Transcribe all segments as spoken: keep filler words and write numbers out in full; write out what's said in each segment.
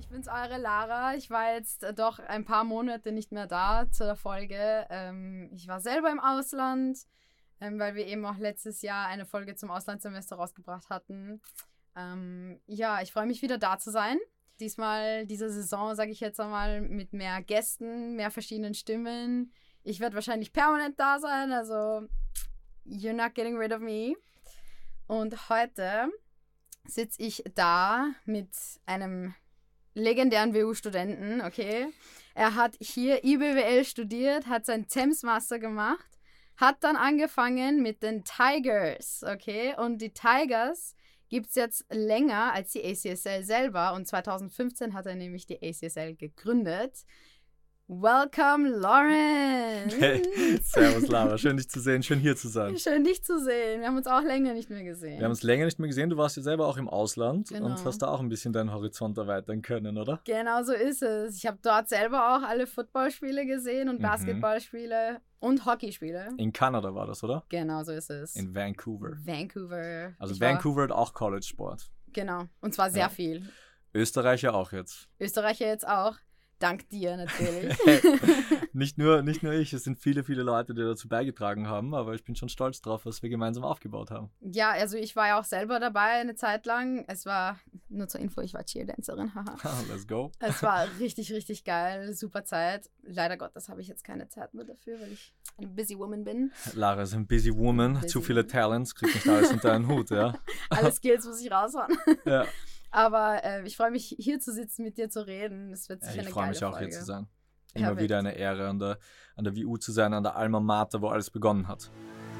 Ich bin's, eure Lara. Ich war jetzt äh, doch ein paar Monate nicht mehr da zu der Folge. Ähm, ich war selber im Ausland, ähm, weil wir eben auch letztes Jahr eine Folge zum Auslandssemester rausgebracht hatten. Ähm, ja, ich freue mich wieder da zu sein. Diesmal, diese Saison, sage ich jetzt einmal, mit mehr Gästen, mehr verschiedenen Stimmen. Ich werde wahrscheinlich permanent da sein, also you're not getting rid of me. Und heute sitze ich da mit einem legendären W U-Studenten, okay. Er hat hier I B W L studiert, hat sein Thames Master gemacht, hat dann angefangen mit den Tigers, okay. Und die Tigers gibt es jetzt länger als die A C S L selber. Und zwanzig fünfzehn hat er nämlich die A C S L gegründet. Welcome, Lawrence! Hey, servus Lara, schön dich zu sehen, schön hier zu sein. Schön dich zu sehen, wir haben uns auch länger nicht mehr gesehen. Wir haben uns länger nicht mehr gesehen, du warst ja selber auch im Ausland Genau. und hast da auch ein bisschen deinen Horizont erweitern können, oder? Genau so ist es. Ich habe dort selber auch alle Footballspiele gesehen und Mhm. Basketballspiele und Hockeyspiele. In Kanada war das, oder? Genau so ist es. In Vancouver. Vancouver. Also Ich Vancouver hat auch College-Sport. War, genau, und zwar sehr Ja. viel. Österreicher auch jetzt. Österreicher jetzt auch. Dank dir natürlich. nicht, nur, nicht nur ich, es sind viele, viele Leute, die dazu beigetragen haben, aber ich bin schon stolz drauf, was wir gemeinsam aufgebaut haben. Ja, also ich war ja auch selber dabei eine Zeit lang. Es war, nur zur Info, ich war Cheerdancerin, haha. Let's go. Es war richtig, richtig geil, super Zeit. Leider Gottes habe ich jetzt keine Zeit mehr dafür, weil ich eine busy woman bin. Lara ist ein busy woman, Busy zu viele woman. Talents, kriegt nicht alles unter einen Hut, ja. Alle Skills muss ich raushauen. ja. Aber äh, ich freue mich, hier zu sitzen, mit dir zu reden. Es wird Ja, sicher ich eine freue geile mich auch Folge. hier zu sein. Ja, Immer wirklich. wieder eine Ehre, an der, an der W U zu sein, an der Alma Mater, wo alles begonnen hat.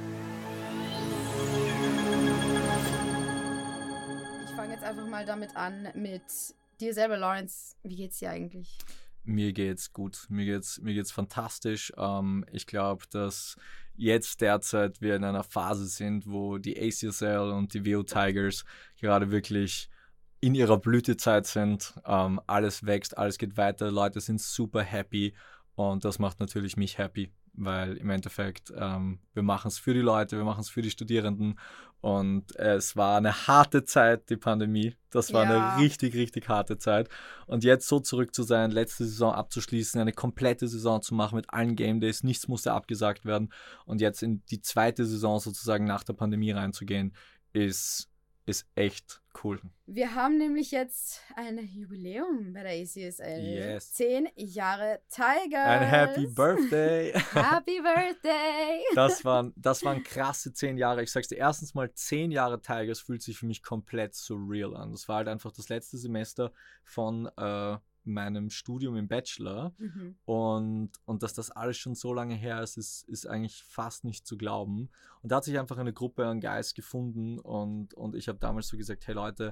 Ich fange jetzt einfach mal damit an, mit dir selber, Lawrence. Wie geht's dir eigentlich? Mir geht's gut, mir geht's, mir geht's fantastisch. Ähm, ich glaube, dass jetzt derzeit wir in einer Phase sind, wo die A C S L und die W U Tigers gerade wirklich in ihrer Blütezeit sind. Ähm, alles wächst, alles geht weiter, Leute sind super happy und das macht natürlich mich happy, weil im Endeffekt ähm, wir machen es für die Leute, wir machen es für die Studierenden und es war eine harte Zeit, die Pandemie. Das war Ja. eine richtig, richtig harte Zeit. Und jetzt so zurück zu sein, letzte Saison abzuschließen, eine komplette Saison zu machen mit allen Game Days, nichts musste abgesagt werden und jetzt in die zweite Saison sozusagen nach der Pandemie reinzugehen, ist, ist echt cool. Wir haben nämlich jetzt ein Jubiläum bei der A C S L. Yes. Zehn Jahre Tigers. Ein Happy Birthday! Happy Birthday! Das waren, das waren krasse zehn Jahre. Ich sag's dir, erstens mal, zehn Jahre Tigers fühlt sich für mich komplett surreal an. Das war halt einfach das letzte Semester von äh, meinem Studium im Bachelor. Mhm. Und, und dass das alles schon so lange her ist, ist, ist eigentlich fast nicht zu glauben. Und da hat sich einfach eine Gruppe an Guys gefunden und, und ich habe damals so gesagt, hey Leute,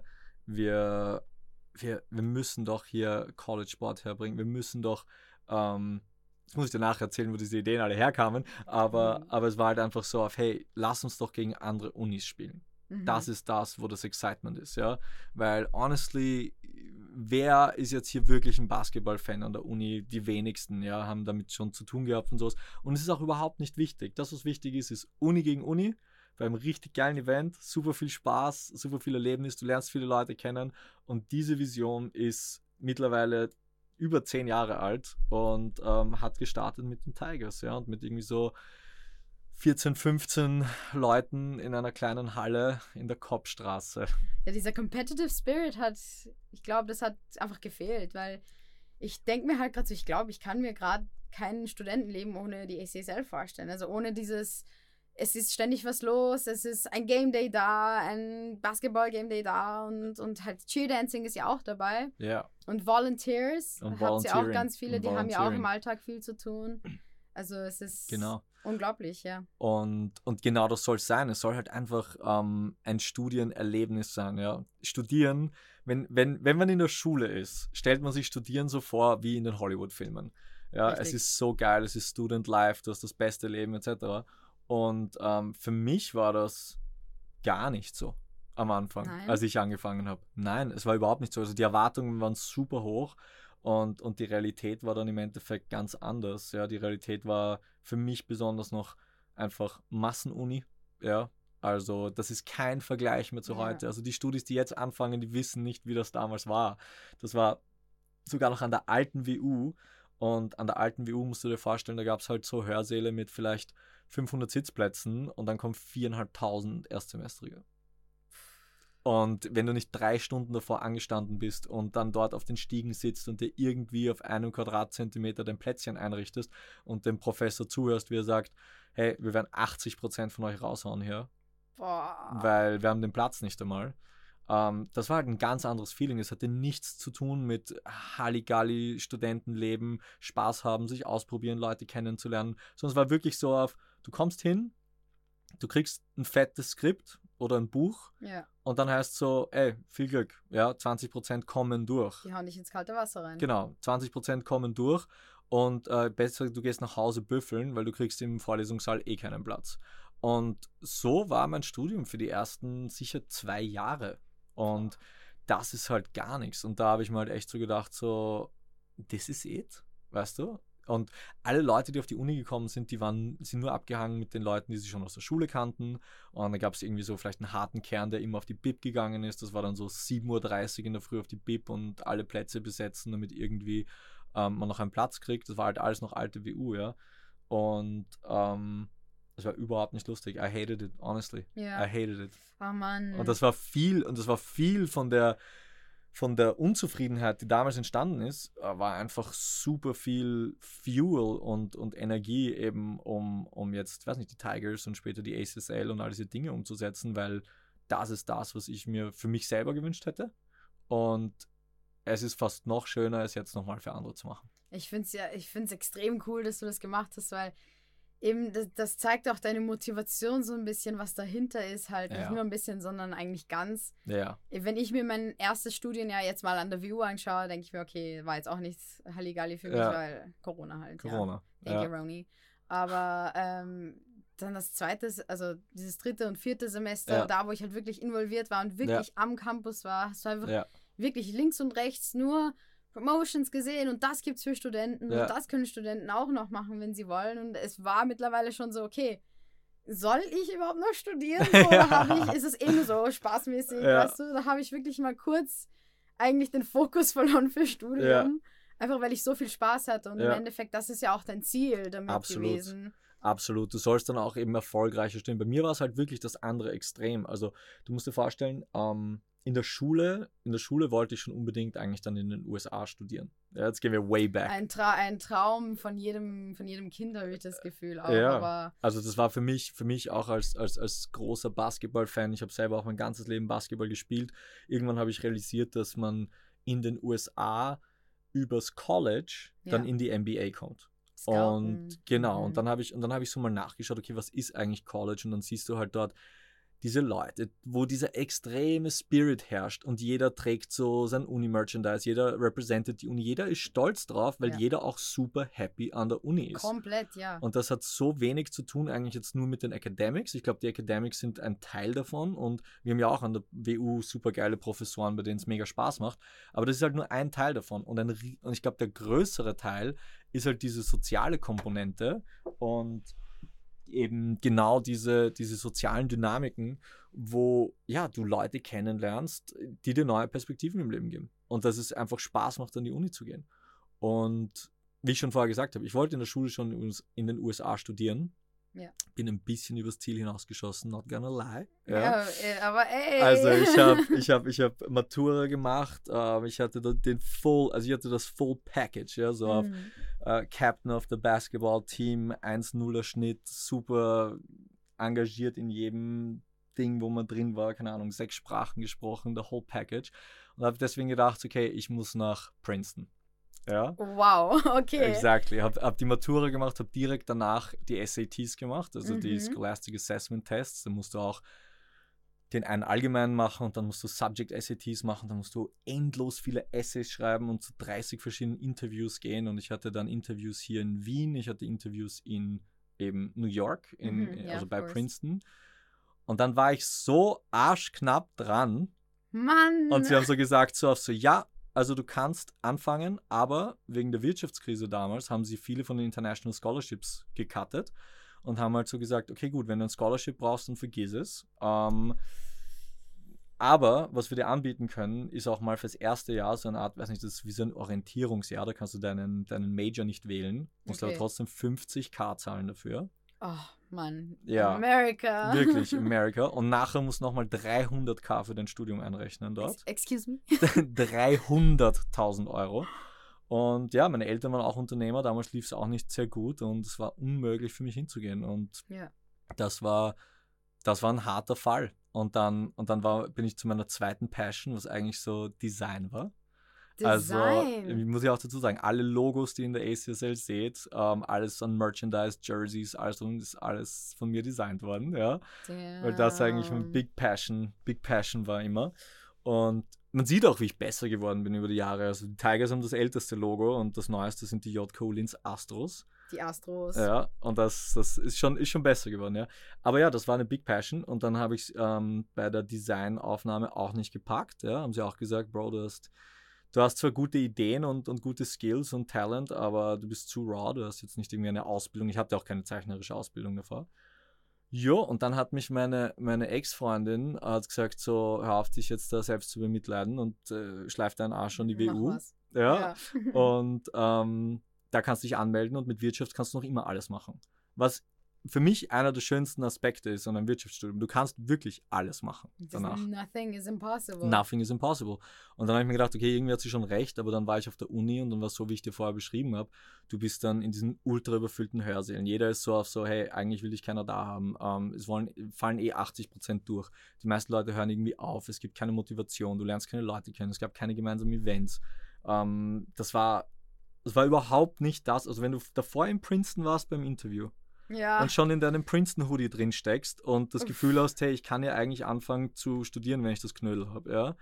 wir, wir, wir müssen doch hier College-Sport herbringen, wir müssen doch, ähm, das muss ich dir nachher erzählen, wo diese Ideen alle herkamen, aber, Mhm. aber es war halt einfach so auf, hey, lass uns doch gegen andere Unis spielen. Mhm. Das ist das, wo das Excitement ist, ja. Weil, honestly, wer ist jetzt hier wirklich ein Basketball-Fan an der Uni? Die wenigsten, ja, haben damit schon zu tun gehabt und sowas. Und es ist auch überhaupt nicht wichtig. Das, was wichtig ist, ist Uni gegen Uni, beim richtig geilen Event, super viel Spaß, super viel Erlebnis, du lernst viele Leute kennen und diese Vision ist mittlerweile über zehn Jahre alt und ähm, hat gestartet mit den Tigers, ja, und mit irgendwie so vierzehn, fünfzehn Leuten in einer kleinen Halle in der Koppstraße. Ja, dieser Competitive Spirit hat, ich glaube, das hat einfach gefehlt, weil ich denke mir halt gerade so, ich glaube, ich kann mir gerade kein Studentenleben ohne die A C S L vorstellen. Also ohne dieses, es ist ständig was los, es ist ein Game Day da, ein Basketball-Game Day da und, und halt Cheerdancing ist ja auch dabei. Ja. Und Volunteers, Und habt ihr auch Volunteering. ganz viele, Und die haben ja auch im Volunteering. Alltag viel zu tun. Also es ist Genau. unglaublich, ja. Und, und genau das soll es sein. Es soll halt einfach ähm, ein Studienerlebnis sein. Ja? Studieren, wenn, wenn, wenn man in der Schule ist, stellt man sich Studieren so vor wie in den Hollywood-Filmen. Ja, Richtig. es ist so geil, es ist Student Life, du hast das beste Leben et cetera. Und ähm, für mich war das gar nicht so am Anfang, Nein? als ich angefangen habe. Nein, es war überhaupt nicht so. Also die Erwartungen waren super hoch. Und, und die Realität war dann im Endeffekt ganz anders. Ja, die Realität war für mich besonders noch einfach Massenuni. Ja, also das ist kein Vergleich mehr zu Ja. heute. Also die Studis, die jetzt anfangen, die wissen nicht, wie das damals war. Das war sogar noch an der alten W U. Und an der alten W U musst du dir vorstellen, da gab es halt so Hörsäle mit vielleicht fünfhundert Sitzplätzen und dann kommen viertausendfünfhundert Erstsemestrige. Und wenn du nicht drei Stunden davor angestanden bist und dann dort auf den Stiegen sitzt und dir irgendwie auf einem Quadratzentimeter dein Plätzchen einrichtest und dem Professor zuhörst, wie er sagt, hey, wir werden achtzig Prozent von euch raushauen hier, Boah. weil wir haben den Platz nicht einmal. Ähm, das war halt ein ganz anderes Feeling. Es hatte nichts zu tun mit Halligalli, Studentenleben, Spaß haben, sich ausprobieren, Leute kennenzulernen, sondern es war wirklich so auf, du kommst hin, du kriegst ein fettes Skript oder ein Buch Ja. und dann heißt es so, ey, viel Glück, ja, zwanzig Prozent kommen durch. Die hauen dich ins kalte Wasser rein. Genau, zwanzig Prozent kommen durch und äh, besser, du gehst nach Hause büffeln, weil du kriegst im Vorlesungssaal eh keinen Platz. Und so war mein Studium für die ersten sicher zwei Jahre. Und das ist halt gar nichts. Und da habe ich mir halt echt so gedacht, so, this is it, weißt du? Und alle Leute, die auf die Uni gekommen sind, die waren, sind nur abgehangen mit den Leuten, die sie schon aus der Schule kannten. Und dann gab es irgendwie so vielleicht einen harten Kern, der immer auf die B I P gegangen ist. Das war dann so sieben Uhr dreißig in der Früh auf die B I P und alle Plätze besetzen, damit irgendwie ähm, man noch einen Platz kriegt. Das war halt alles noch alte W U, ja. Und ähm, das war überhaupt nicht lustig. I hated it, honestly. Ja. I hated it. Oh Mann. Und das war viel, und das war viel von der von der Unzufriedenheit, die damals entstanden ist, war einfach super viel Fuel und, und Energie eben, um, um jetzt, weiß nicht, die Tigers und später die A C S L und all diese Dinge umzusetzen, weil das ist das, was ich mir für mich selber gewünscht hätte. Und es ist fast noch schöner, es jetzt nochmal für andere zu machen. Ich finde es ja, ich finde es extrem cool, dass du das gemacht hast, weil eben, das, das zeigt auch deine Motivation so ein bisschen, was dahinter ist, halt nicht Ja. nur ein bisschen, sondern eigentlich ganz. Ja, Wenn ich mir mein erstes Studienjahr jetzt mal an der W U anschaue, denke ich mir, okay, war jetzt auch nichts Halligalli für mich, Ja. weil Corona halt. Corona. Ja. Ja. Thank you, Roni. Aber ähm, dann das zweite, also dieses dritte und vierte Semester, Ja. da wo ich halt wirklich involviert war und wirklich am Campus war, hast du einfach Ja. wirklich links und rechts nur Promotions gesehen und das gibt's für Studenten Ja. und das können Studenten auch noch machen, wenn sie wollen. Und es war mittlerweile schon so, okay, soll ich überhaupt noch studieren? So, oder habe ich, ist es eh nur so spaßmäßig, Ja. weißt du? Da habe ich wirklich mal kurz eigentlich den Fokus verloren für Studium. Ja. Einfach weil ich so viel Spaß hatte. Und Ja. im Endeffekt, das ist ja auch dein Ziel damit Absolut. gewesen. Absolut. Du sollst dann auch eben erfolgreicher stehen. Bei mir war es halt wirklich das andere Extrem. Also du musst dir vorstellen, ähm, in der Schule, in der Schule wollte ich schon unbedingt eigentlich dann in den U S A studieren. Ja, jetzt gehen wir way back. Ein, Tra ein Traum von jedem, von jedem Kind, habe ich das Gefühl auch. Ja. Aber Also das war für mich, für mich auch als, als, als großer Basketball-Fan, ich habe selber auch mein ganzes Leben Basketball gespielt. Irgendwann habe ich realisiert, dass man in den U S A übers College dann Ja. in die N B A kommt. Scouten. Und genau, Mhm. und dann habe ich, und dann habe ich so mal nachgeschaut, okay, was ist eigentlich College? Und dann siehst du halt dort diese Leute, wo dieser extreme Spirit herrscht und jeder trägt so sein Uni-Merchandise, jeder representet die Uni, jeder ist stolz drauf, weil Ja. jeder auch super happy an der Uni ist. Komplett, ja. Und das hat so wenig zu tun eigentlich jetzt nur mit den Academics. Ich glaube, die Academics sind ein Teil davon und wir haben ja auch an der W U super geile Professoren, bei denen es mega Spaß macht. Aber das ist halt nur ein Teil davon. Und, ein, rie- und ich glaube, der größere Teil ist halt diese soziale Komponente und eben genau diese, diese sozialen Dynamiken, wo ja, du Leute kennenlernst, die dir neue Perspektiven im Leben geben. Und dass es einfach Spaß macht, an die Uni zu gehen. Und wie ich schon vorher gesagt habe, ich wollte in der Schule schon in den U S A studieren. Ja. Bin ein bisschen übers Ziel hinausgeschossen, not gonna lie. Ja, äh, aber ey. Also ich habe ich hab, ich hab Matura gemacht, ähm, ich hatte da den Full, also ich hatte das Full Package, ja, so auf Mhm. äh, Captain of the Basketball Team, eins null Schnitt, super engagiert in jedem Ding, wo man drin war, keine Ahnung, sechs Sprachen gesprochen, the whole package. Und habe deswegen gedacht, okay, ich muss nach Princeton. Ja. Wow, okay. Exactly. Hab, hab die Matura gemacht, hab direkt danach die S A Ts gemacht, also die Mhm. Scholastic Assessment Tests. Da musst du auch den einen allgemein machen und dann musst du Subject S A Ts machen, dann musst du endlos viele Essays schreiben und zu dreißig verschiedenen Interviews gehen. Und ich hatte dann Interviews hier in Wien, ich hatte Interviews in eben New York, in, Mhm, ja, also of bei course. Princeton. Und dann war ich so arschknapp dran. Mann. Und sie haben so gesagt, so auf so, ja, also du kannst anfangen, aber wegen der Wirtschaftskrise damals haben sie viele von den International Scholarships gecuttet und haben halt so gesagt, okay gut, wenn du ein Scholarship brauchst, dann vergiss es. Ähm, Aber was wir dir anbieten können, ist auch mal fürs erste Jahr so eine Art, weiß nicht, das ist wie so ein Orientierungsjahr, da kannst du deinen, deinen Major nicht wählen, musst Okay. aber trotzdem fünfzig K zahlen dafür. Oh, Mann. Ja, America. Wirklich, America. Und nachher musst du nochmal dreihundert K für dein Studium einrechnen dort. Excuse me? dreihunderttausend Euro. Und ja, meine Eltern waren auch Unternehmer, damals lief es auch nicht sehr gut und es war unmöglich für mich hinzugehen. Und Ja. das war, das war ein harter Fall. Und dann, und dann war, bin ich zu meiner zweiten Passion, was eigentlich so Design war. Also, Design. ich muss ja auch dazu sagen, alle Logos, die ihr in der A C S L seht, ähm, alles an Merchandise, Jerseys, alles drum, ist alles von mir designt worden, ja. Damn. Weil das eigentlich ein Big Passion, Big Passion war immer. Und man sieht auch, wie ich besser geworden bin über die Jahre. Also die Tigers haben das älteste Logo und das neueste sind die J. Collins Astros. Die Astros. Ja, und das, das ist, schon, ist schon besser geworden, ja. Aber ja, das war eine Big Passion und dann habe ich es ähm, bei der Designaufnahme auch nicht gepackt, ja. Haben sie auch gesagt, Bro, du hast, du hast zwar gute Ideen und, und gute Skills und Talent, aber du bist zu raw, du hast jetzt nicht irgendwie eine Ausbildung. Ich hatte auch keine zeichnerische Ausbildung davor. Jo, und dann hat mich meine, meine Ex-Freundin hat gesagt, so, hör auf, dich jetzt da selbst zu bemitleiden und äh, schleif deinen Arsch an die W U. Mach was. Ja. Und ähm, da kannst du dich anmelden und mit Wirtschaft kannst du noch immer alles machen. Was für mich einer der schönsten Aspekte ist an einem Wirtschaftsstudium. Du kannst wirklich alles machen danach. Nothing is impossible. Nothing is impossible. Und dann habe ich mir gedacht, okay, irgendwie hat sie schon recht, aber dann war ich auf der Uni und dann war es so, wie ich dir vorher beschrieben habe, du bist dann in diesen ultra überfüllten Hörsälen. Jeder ist so auf so, hey, eigentlich will dich keiner da haben. Ähm, es wollen, fallen eh achtzig Prozent durch. Die meisten Leute hören irgendwie auf. Es gibt keine Motivation. Du lernst keine Leute kennen. Es gab keine gemeinsamen Events. Ähm, das war, das war überhaupt nicht das. Also wenn du davor in Princeton warst beim Interview, ja. und schon in deinem Princeton-Hoodie drin steckst und das Gefühl hast, hey, ich kann ja eigentlich anfangen zu studieren, wenn ich das Knödel habe, ja.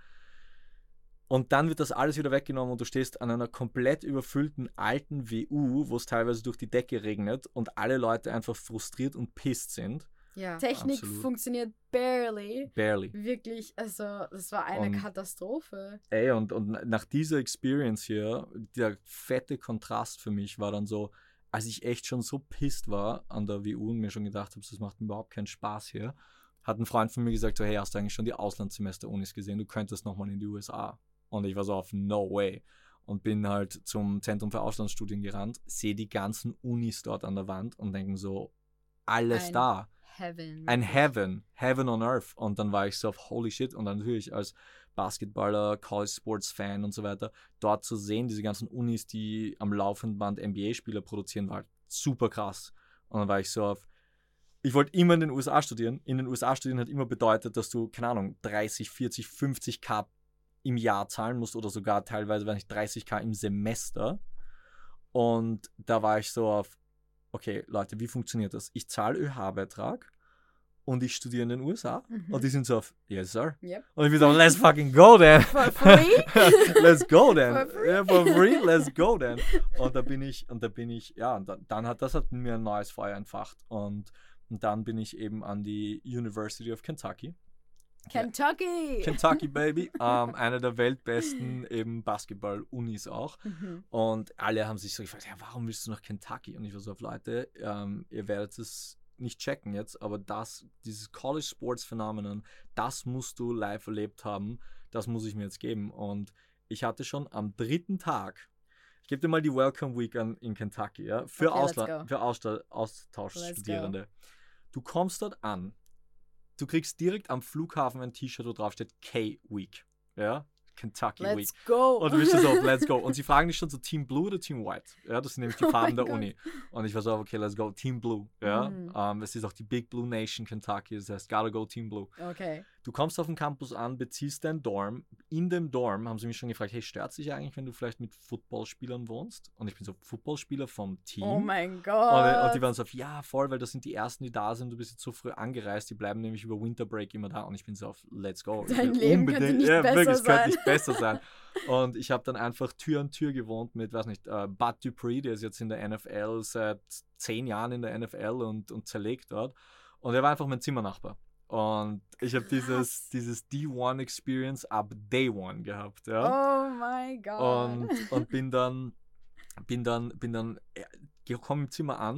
Und dann wird das alles wieder weggenommen und du stehst an einer komplett überfüllten alten W U, wo es teilweise durch die Decke regnet und alle Leute einfach frustriert und pisst sind. Ja. Technik Absolut. Funktioniert barely. Barely. Wirklich, also das war eine Und- Katastrophe. Ey, und, und nach dieser Experience hier, der fette Kontrast für mich war dann so, als ich echt schon so pisst war an der W U und mir schon gedacht habe, das macht mir überhaupt keinen Spaß hier, hat ein Freund von mir gesagt, so, hey, hast du eigentlich schon die Auslandssemester-Unis gesehen? Du könntest nochmal in die U S A. Und ich war so auf no way. Und bin halt zum Zentrum für Auslandsstudien gerannt, sehe die ganzen Unis dort an der Wand und denke so, alles Ein da. Heaven. Ein Heaven. Heaven on Earth. Und dann war ich so auf holy shit. Und dann natürlich als Basketballer, College Sports Fan und so weiter, dort zu sehen, diese ganzen Unis, die am laufenden Band N B A-Spieler produzieren, war halt super krass. Und dann war ich so auf, ich wollte immer in den U S A studieren. In den U S A studieren hat immer bedeutet, dass du, keine Ahnung, dreißig, vierzig, fünfzig K im Jahr zahlen musst oder sogar teilweise, wenn nicht dreißig K im Semester. Und da war ich so auf, okay, Leute, wie funktioniert das? Ich zahle Ö H-Beitrag und ich studiere in den U S A. Mhm. Und die sind so auf, yes, sir. Yep. Und ich bin so, let's fucking go then. For free? Let's go then. For free? Yeah, for free, let's go then. Und da bin ich, und da bin ich, ja, und dann, dann hat das hat in mir ein neues Feuer entfacht. Und, und dann bin ich eben an die University of Kentucky. Kentucky! Kentucky, Baby. ähm, eine der weltbesten eben Basketball-Unis auch. Mhm. Und alle haben sich so gefragt, ja, warum willst du nach Kentucky? Und ich war so auf, Leute, ähm, ihr werdet es nicht checken jetzt, aber das, dieses College-Sports-Phänomen, das musst du live erlebt haben, das muss ich mir jetzt geben. Und ich hatte schon am dritten Tag, ich gebe dir mal die Welcome Week an in Kentucky, ja, für, Okay, let's Ausla- go. für Austausch- Austauschstudierende. Du kommst dort an, du kriegst direkt am Flughafen ein T-Shirt, wo drauf steht K-Week, ja, Kentucky Week. Let's go! Und du bist so, let's go. Und sie fragen dich schon so, Team Blue oder Team White? Ja, das sind nämlich die Oh Farben mein der Gott. Uni. Und ich war so, okay, let's go, Team Blue. Ja, Mhm. ähm, es ist auch die Big Blue Nation Kentucky, das heißt, gotta go Team Blue. Okay. Du kommst auf den Campus an, beziehst dein Dorm. In dem Dorm haben sie mich schon gefragt, hey, stört sich eigentlich, wenn du vielleicht mit Footballspielern wohnst? Und ich bin so, Footballspieler vom Team? Oh mein Und, Gott! und die waren so, auf, ja, voll, weil das sind die Ersten, die da sind. Du bist jetzt so früh angereist, die bleiben nämlich über Winter Break immer da. Und ich bin so auf, let's go. Ich Dein will Leben könnte nicht ja, besser wirklich, es könnte sein. nicht besser sein. Und ich habe dann einfach Tür an Tür gewohnt mit, weiß nicht, äh, Bud Dupree, der ist jetzt in der N F L seit zehn Jahren in der N F L und, und zerlegt dort. Und er war einfach mein Zimmernachbar. Und ich habe dieses, dieses D eins Experience ab Day One gehabt. Ja? Oh mein Gott! Und, und bin dann, bin dann, bin dann, äh, komm im Zimmer an,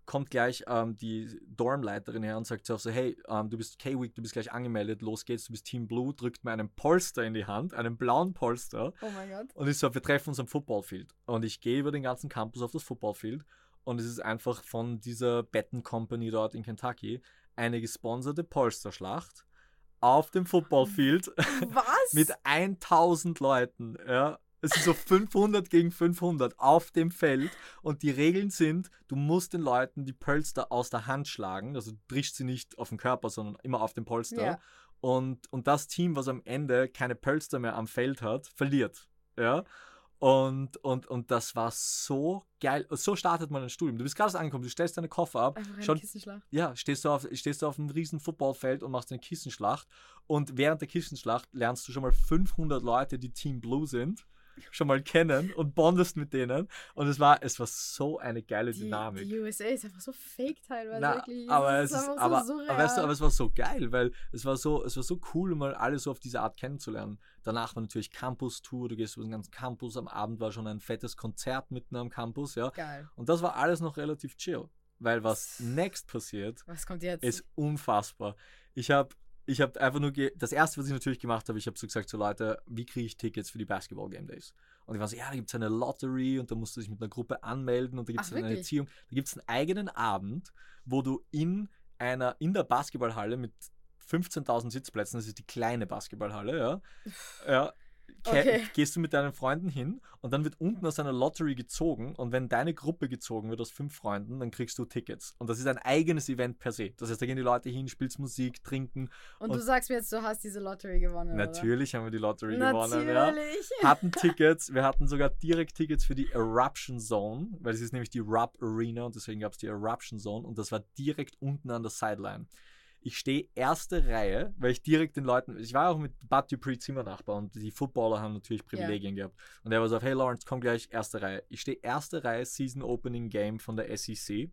kommt gleich ähm, die Dormleiterin her und sagt so, so hey, ähm, du bist K-Week, du bist gleich angemeldet, los geht's, du bist Team Blue, drückt mir einen Polster in die Hand, einen blauen Polster. Oh mein Gott. Und ich so, wir treffen uns am Footballfield. Und ich gehe über den ganzen Campus auf das Footballfield und es ist einfach von dieser Baton Company dort in Kentucky eine gesponserte Polsterschlacht auf dem Footballfield Was? mit tausend Leuten, ja. Es ist so fünfhundert gegen fünfhundert auf dem Feld und die Regeln sind, du musst den Leuten die Polster aus der Hand schlagen, also du brichst sie nicht auf den Körper, sondern immer auf dem Polster. Ja. Und, und das Team, was am Ende keine Polster mehr am Feld hat, verliert. Ja. Und, und, und das war so geil. So startet man ein Studium. Du bist gerade angekommen, du stellst deine Koffer ab. Einfach eine schon, Kissenschlacht. Ja, stehst du, auf, stehst du auf einem riesen Footballfeld und machst eine Kissenschlacht. Und während der Kissenschlacht lernst du schon mal fünfhundert Leute, die Team Blue sind, schon mal kennen und bondest mit denen. Und es war, es war so eine geile Die, Dynamik. die U S A ist einfach so fake teilweise. Na, wirklich. aber es es ist, einfach aber, so surreal. aber, weißt du, aber es war so geil, weil es war so, es war so cool, mal alle so auf diese Art kennenzulernen. Danach war natürlich Campus-Tour, du gehst über den ganzen Campus, am Abend war schon ein fettes Konzert mitten am Campus, ja. Geil. Und das war alles noch relativ chill, weil was next passiert, Was kommt jetzt? ist unfassbar. Ich habe ich hab einfach nur, ge- das erste, was ich natürlich gemacht habe, ich habe so gesagt, so Leute, wie kriege ich Tickets für die Basketball-Game Days? Und die waren so, ja, da gibt es eine Lottery und da musst du dich mit einer Gruppe anmelden und da gibt es Ach, eine wirklich? Erziehung. Da gibt es einen eigenen Abend, wo du in einer, in der Basketballhalle mit fünfzehntausend Sitzplätzen, das ist die kleine Basketballhalle, ja, ja ke- Okay. gehst du mit deinen Freunden hin und dann wird unten aus einer Lottery gezogen und wenn deine Gruppe gezogen wird aus fünf Freunden, dann kriegst du Tickets. Und das ist ein eigenes Event per se. Das heißt, da gehen die Leute hin, spielst Musik, trinken. Und, und du sagst mir jetzt, du hast diese Lottery gewonnen, Natürlich haben wir die Lottery oder? gewonnen, ja. Natürlich. Hatten Tickets, wir hatten sogar direkt Tickets für die Eruption Zone, weil es ist nämlich die Rupp Arena und deswegen gab es die Eruption Zone und das war direkt unten an der Sideline. Ich stehe erste Reihe, weil ich direkt den Leuten, ich war auch mit Bud Dupree Zimmernachbar und die Footballer haben natürlich Privilegien yeah. gehabt. Und er war so, hey Lawrence, komm gleich, erste Reihe. Ich stehe erste Reihe Season Opening Game von der S E C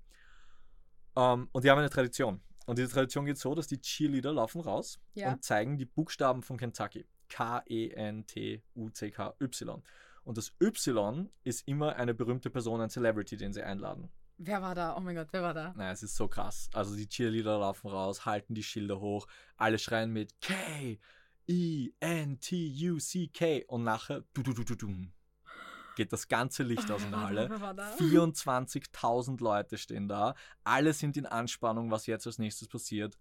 um, und die haben eine Tradition. Und diese Tradition geht so, dass die Cheerleader laufen raus Ja. und zeigen die Buchstaben von Kentucky. K E N T U C K Y. Und das Y ist immer eine berühmte Person, ein Celebrity, den sie einladen. Wer war da? Oh mein Gott, wer war da? Naja, es ist so krass. Also die Cheerleader laufen raus, halten die Schilder hoch, alle schreien mit K E N T U C K und nachher du, du, du, du, du, geht das ganze Licht aus in der Halle. Wer war da? vierundzwanzigtausend Leute stehen da. Alle sind in Anspannung, was jetzt als nächstes passiert.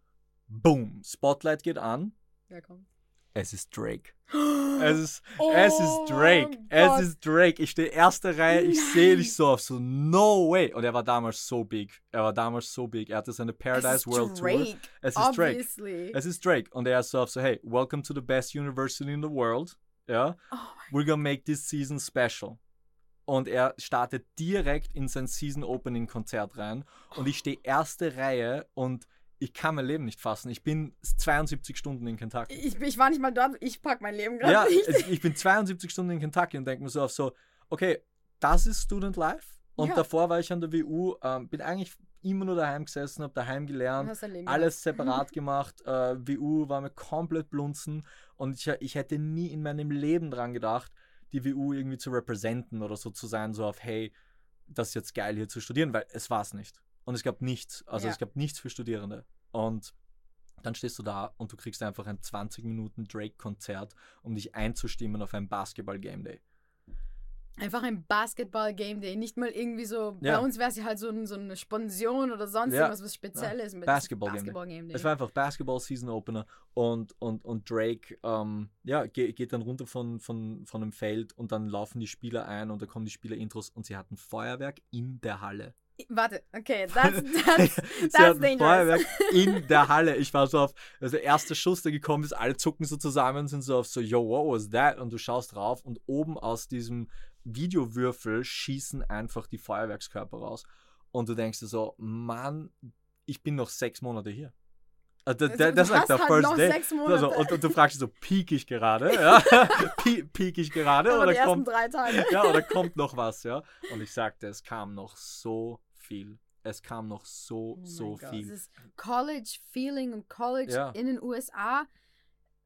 Boom, Spotlight geht an. Wer kommt? Es ist Drake. Es ist, Oh es ist Drake. Gott. Es ist Drake. Ich stehe erste Reihe, ich sehe dich so auf, so no way. Und er war damals so big. Er war damals so big. Er hatte seine Paradise es ist World Drake. Tour. Es ist Obviously. Drake. Es ist Drake. Und er ist so auf so, hey, welcome to the best university in the world. Ja. Oh We're gonna make this season special. Und er startet direkt in sein Season Opening Konzert rein. Und ich stehe erste Reihe und ich kann mein Leben nicht fassen. Ich bin zweiundsiebzig Stunden in Kentucky. ich, ich war nicht mal dort, ich pack mein Leben gerade Ja, nicht. es- ich bin zweiundsiebzig Stunden in Kentucky und denke mir so auf so, okay, das ist Student Life. Und Ja. davor war ich an der W U, ähm, bin eigentlich immer nur daheim gesessen, habe daheim Du gelernt, hast dein Leben alles separat gemacht. Äh, W U war mir komplett blunzen und ich, ich hätte nie in meinem Leben dran gedacht, die W U irgendwie zu representen oder so zu sein, so auf, hey, das ist jetzt geil hier zu studieren, weil es war es nicht. Und es gab nichts, also Ja. es gab nichts für Studierende. Und dann stehst du da und du kriegst einfach ein zwanzig Minuten Drake-Konzert, um dich einzustimmen auf ein Basketball-Game Day. Einfach ein Basketball-Game Day, nicht mal irgendwie so, Ja. bei uns wäre es ja halt so, ein, so eine Sponsion oder sonst Ja. irgendwas, was Spezielles. mit Basketball Game Day. Basketball Game Day. Es war einfach Basketball-Season-Opener und, und, und Drake ähm, ja, ge- geht dann runter von, von, von dem Feld und dann laufen die Spieler ein und da kommen die Spieler-Intros und sie hatten Feuerwerk in der Halle. Warte, okay, that's, that's, Sie that's hatten dangerous. Feuerwerk in der Halle. Ich war so auf, also der erste Schuss, der gekommen ist, alle zucken so zusammen, sind so auf so, yo, what was that? Und du schaust drauf und oben aus diesem Videowürfel schießen einfach die Feuerwerkskörper raus. Und du denkst dir so, Mann, ich bin noch sechs Monate hier. Also, Also, das du ist like hast the halt first noch day. sechs Monate. Also, und, und du fragst dich so, peak ich gerade? Ja? Pe- peak ich gerade? Aber Oder die ersten kommt, drei Tage. ja, oder kommt noch was? Ja? Und ich sagte, es kam noch so viel. Es kam noch so, Oh so mein Gott, viel. Das ist College-Feeling und College Ja. in den U S A.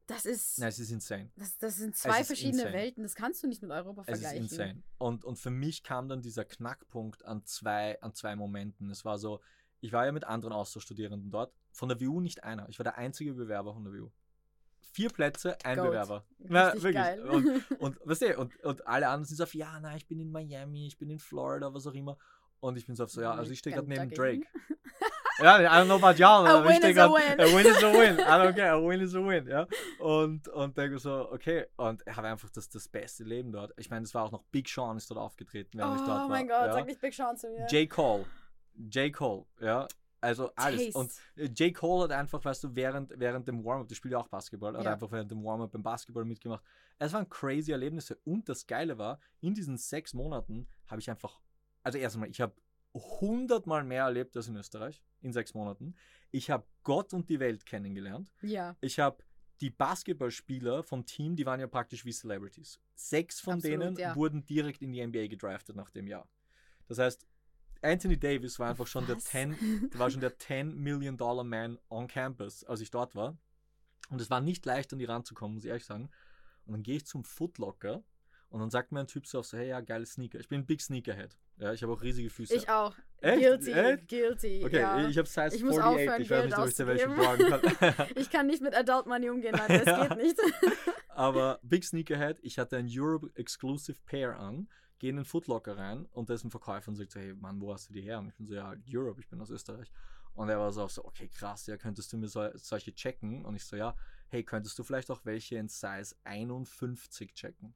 Das ist. Nein, es ist insane. Das, das sind zwei ist verschiedene insane. Welten. Das kannst du nicht mit Europa Es vergleichen. ist insane. Und, und für mich kam dann dieser Knackpunkt an zwei, an zwei Momenten. Es war so, ich war ja mit anderen Austauschstudierenden dort. Von der W U nicht einer. Ich war der einzige Bewerber von der W U. Vier Plätze, ein Goat. Bewerber. Richtig Na, wirklich. geil. Und, und, weißt du, und, und alle anderen sind so auf, ja, nein, ich bin in Miami, ich bin in Florida, was auch immer. Und ich bin so auf so, ja, also ich stehe gerade neben Drake. Ja, I don't know about y'all, A aber ich win stehe is a gerade, win. a win is a win. I don't care, a win is a win, ja. Und, und denke so, okay, und ich habe einfach das, das beste Leben dort. Ich meine, es war auch noch Big Sean ist dort aufgetreten, während Oh ich dort war. mein Gott, ja. sag nicht Big Sean zu mir. J. Cole. J. Cole, ja. Also alles. Taste. Und äh, J. Cole hat einfach, weißt du, während, während dem Warm-Up, der spielt ja auch Basketball, hat Ja. einfach während dem Warm-Up beim Basketball mitgemacht. Es waren crazy Erlebnisse. Und das Geile war, in diesen sechs Monaten habe ich einfach, also erstmal, ich habe hundertmal mehr erlebt als in Österreich, in sechs Monaten. Ich habe Gott und die Welt kennengelernt. Ja. Ich habe die Basketballspieler vom Team, die waren ja praktisch wie Celebrities. Sechs von Absolut, denen ja. wurden direkt in die N B A gedraftet nach dem Jahr. Das heißt, Anthony Davis war einfach schon der Was? ten, war schon der ten Million Dollar Man on Campus, als ich dort war. Und es war nicht leicht, an die ranzukommen, muss ich ehrlich sagen. Und dann gehe ich zum Footlocker und dann sagt mir ein Typ so auf so, hey, ja, geile Sneaker. Ich bin ein Big Sneakerhead. Ja, ich habe auch riesige Füße. Ich auch. Echt? Guilty. Echt? Guilty. Okay, ja. ich habe Size Ich muss achtundvierzig. aufhören, Ich weiß nicht, Geld ob ich dir welche auszugeben. borgen kann. Ich kann nicht mit Adult Money umgehen, Leute. Das Ja. geht nicht. Aber Big Sneakerhead, ich hatte ein Europe Exclusive Pair an, gehe in den Footlocker rein und da ist ein Verkäufer und sagt so, hey Mann, wo hast du die her? Und ich bin so, ja, Europe, ich bin aus Österreich. Und er war so, so okay, krass, ja, könntest du mir so, solche checken? Und ich so, ja, hey, könntest du vielleicht auch welche in Size einundfünfzig checken?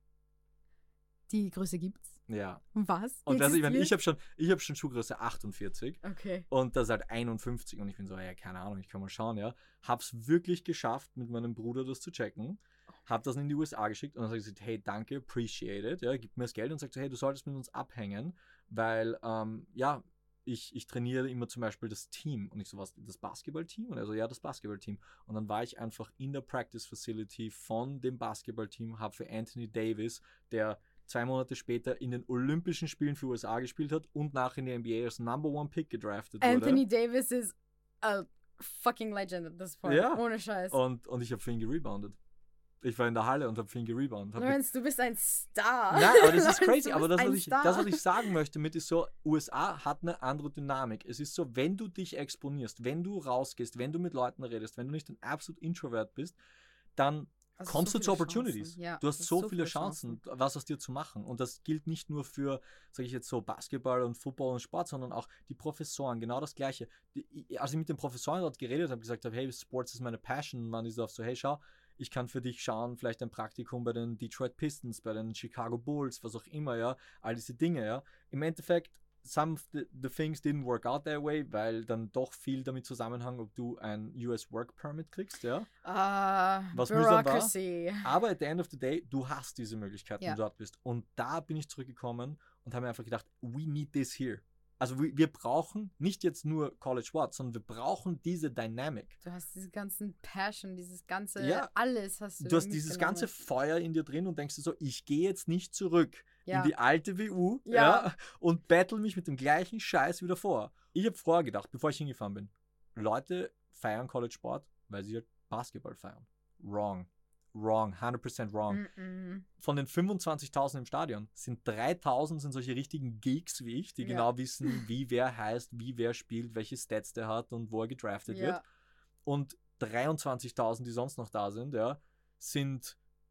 Die Größe gibt's. Ja. Was? Und also, ich, meine, ich Existiert? habe schon, ich hab schon Schuhgröße achtundvierzig. Okay. Und das ist halt einundfünfzig und ich bin so, ja, keine Ahnung, ich kann mal schauen, ja. Hab's wirklich geschafft, mit meinem Bruder das zu checken. Hab das in die U S A geschickt und dann hat er gesagt, hey, danke, appreciate it, ja, gib mir das Geld und sagt so, hey, du solltest mit uns abhängen, weil, ähm, ja, ich, ich trainiere immer zum Beispiel das Team. Und ich so, was, das Basketballteam? Und er so, ja, das Basketballteam. Und dann war ich einfach in der Practice Facility von dem Basketballteam, habe für Anthony Davis, der zwei Monate später in den Olympischen Spielen für U S A gespielt hat und nachher in der N B A als Number One Pick gedraftet Anthony wurde. Davis ist a fucking legend at this point. Ja. Ohne Scheiß. Und, und ich habe für ihn gereboundet. Ich war in der Halle und habe für ihn gereboundet. Hab Lorenz, du bist ein Star. Nein, aber das ist Lorenz, crazy. du Aber bist das was, ein ich, Star. das, was ich sagen möchte mit, ist so, U S A hat eine andere Dynamik. Es ist so, wenn du dich exponierst, wenn du rausgehst, wenn du mit Leuten redest, wenn du nicht ein absolut Introvert bist, dann Hast kommst so du zu viele Opportunities. Chancen. Ja, du hast hast so, viele Chancen, was aus dir zu machen. Und das gilt nicht nur für, sage ich jetzt so, Basketball und Football und Sport, sondern auch die Professoren, genau das Gleiche. Die, als ich mit den Professoren dort geredet habe, gesagt habe, hey, Sports ist meine Passion, waren die so auf so, hey, schau, ich kann für dich schauen, vielleicht ein Praktikum bei den Detroit Pistons, bei den Chicago Bulls, was auch immer, ja, all diese Dinge, ja. Im Endeffekt, some of the, the things didn't work out that way, weil dann doch viel damit zusammenhang, ob du ein U S Work Permit kriegst, ja. Ah, Was mühsam war. Bureaucracy. Aber at the end of the day, du hast diese Möglichkeit, wenn Ja. du dort bist. Und da bin ich zurückgekommen und habe mir einfach gedacht, we need this here. Also wir, wir brauchen nicht jetzt nur College Sport, sondern wir brauchen diese Dynamic. Du hast diese ganzen Passion, dieses ganze, Ja. alles hast du Du hast da dieses mitgenommen. ganze Feuer in dir drin und denkst dir so, ich gehe jetzt nicht zurück Ja. in die alte W U Ja. ja, und battle mich mit dem gleichen Scheiß wieder vor. Ich habe vorher gedacht, bevor ich hingefahren bin, Leute feiern College Sport, weil sie halt Basketball feiern. Wrong. Wrong. hundert percent wrong. Mm-mm. Von den fünfundzwanzigtausend im Stadion sind dreitausend sind solche richtigen Geeks wie ich, die Ja. genau wissen, wie wer heißt, wie wer spielt, welche Stats der hat und wo er gedraftet Ja. wird. Und dreiundzwanzigtausend, die sonst noch da sind, ja, sind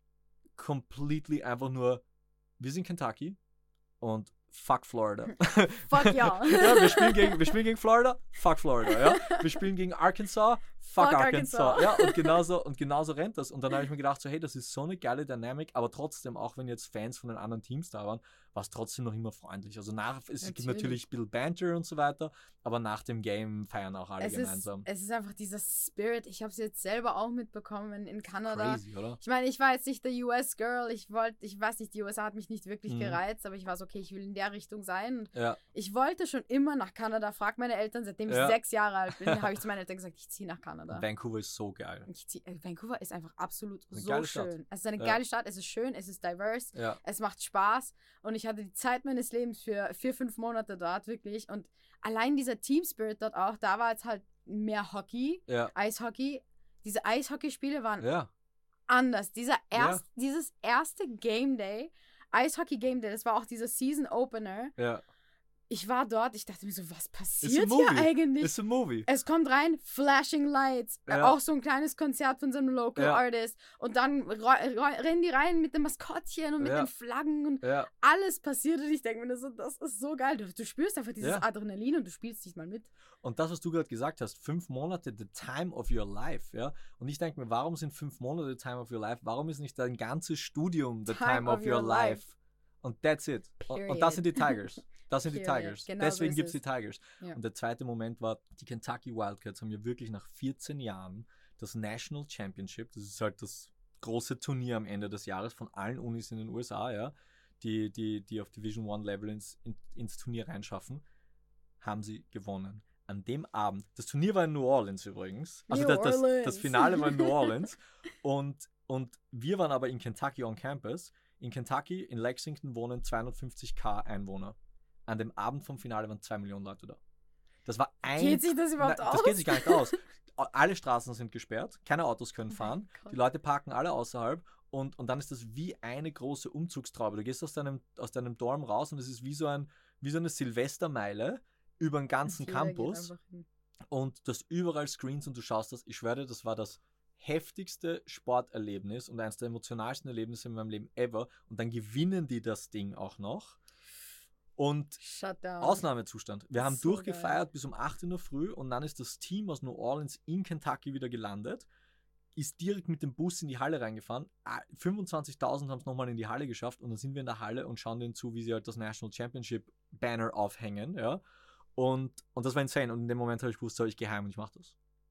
completely einfach nur, wir sind Kentucky und fuck Florida. Fuck ja. ja, wir spielen, gegen, wir spielen gegen Florida, fuck Florida, ja. Wir spielen gegen Arkansas, fuck, Fuck Arkansas. Arkansas. Ja, und genauso, und genauso rennt das. Und dann habe ich mir gedacht, so, hey, das ist so eine geile Dynamik, aber trotzdem, auch wenn jetzt Fans von den anderen Teams da waren, war es trotzdem noch immer freundlich. Also nach, es gibt Natürlich. natürlich ein bisschen Banter und so weiter, aber nach dem Game feiern auch alle Es ist, gemeinsam. es ist einfach dieser Spirit. Ich habe es jetzt selber auch mitbekommen in Kanada. Crazy, oder? Ich meine, ich war jetzt nicht der U S Girl. Ich wollte, ich weiß nicht, die U S A hat mich nicht wirklich Mhm. gereizt, aber ich war so, okay, ich will in der Richtung sein. Und Ja, ich wollte schon immer nach Kanada. Frag meine Eltern, seitdem ich Ja. sechs Jahre alt bin, habe ich zu meinen Eltern gesagt, ich ziehe nach Kanada. Vancouver ist so geil. Ich zieh, äh, Vancouver ist einfach absolut Eine so geile Stadt. schön. Es ist eine Ja. geile Stadt, es ist schön, es ist diverse, Ja, es macht Spaß und ich hatte die Zeit meines Lebens für vier, fünf Monate dort, wirklich. Und allein dieser Team Spirit dort auch, da war jetzt halt mehr Hockey, ja, Eishockey. Diese Eishockeyspiele waren ja. anders. Dieser erst, ja. Dieses erste Game Day, Eishockey Game Day, das war auch dieser Season Opener. Ja. Ich war dort, ich dachte mir so, was passiert hier eigentlich? It's a movie. Es kommt rein, Flashing Lights, ja. äh, auch so ein kleines Konzert von so einem Local ja. Artist und dann rennen die rein mit dem Maskottchen und mit ja. den Flaggen und ja. alles passiert und ich denke mir so, das ist so geil. Du, du spürst einfach dieses ja. Adrenalin und du spielst nicht mal mit. Und das, was du gerade gesagt hast, fünf Monate, the time of your life, ja. Und ich denke mir, warum sind fünf Monate the time of your life? Warum ist nicht dein ganzes Studium the time, time of, of your, your life? life? Und that's it. Und, und das sind die Tigers. Das sind Period. die Tigers. Genau Deswegen so gibt es die Tigers. Ja. Und der zweite Moment war, die Kentucky Wildcats haben ja wirklich nach vierzehn Jahren das National Championship, das ist halt das große Turnier am Ende des Jahres von allen Unis in den U S A, ja, die, die, die auf Division One Level ins, in, ins Turnier reinschaffen, haben sie gewonnen. An dem Abend, das Turnier war in New Orleans übrigens, also New das, das, Orleans. das Finale war in New Orleans und, und wir waren aber in Kentucky on Campus. In Kentucky, in Lexington wohnen zweihundertfünfzigtausend Einwohner. An dem Abend vom Finale waren zwei Millionen Leute da. Das war ein... Geht sich das überhaupt na, aus? Das geht sich gar nicht aus. Alle Straßen sind gesperrt, keine Autos können fahren, oh die Leute parken alle außerhalb und, und dann ist das wie eine große Umzugstraube. Du gehst aus deinem, aus deinem Dorm raus und es ist wie so, ein, wie so eine Silvestermeile über den ganzen Campus und du hast überall Screens und du schaust das. Ich schwöre dir, das war das heftigste Sporterlebnis und eines der emotionalsten Erlebnisse in meinem Leben ever. Und dann gewinnen die das Ding auch noch. Und Ausnahmezustand. Wir haben so durchgefeiert geil. bis um acht in der Früh und dann ist das Team aus New Orleans in Kentucky wieder gelandet, ist direkt mit dem Bus in die Halle reingefahren. fünfundzwanzigtausend haben es nochmal in die Halle geschafft und dann sind wir in der Halle und schauen denen zu, wie sie halt das National Championship Banner aufhängen. Ja? Und, und das war insane. Und in dem Moment habe ich gewusst, so, ich gehe heim und ich mache das.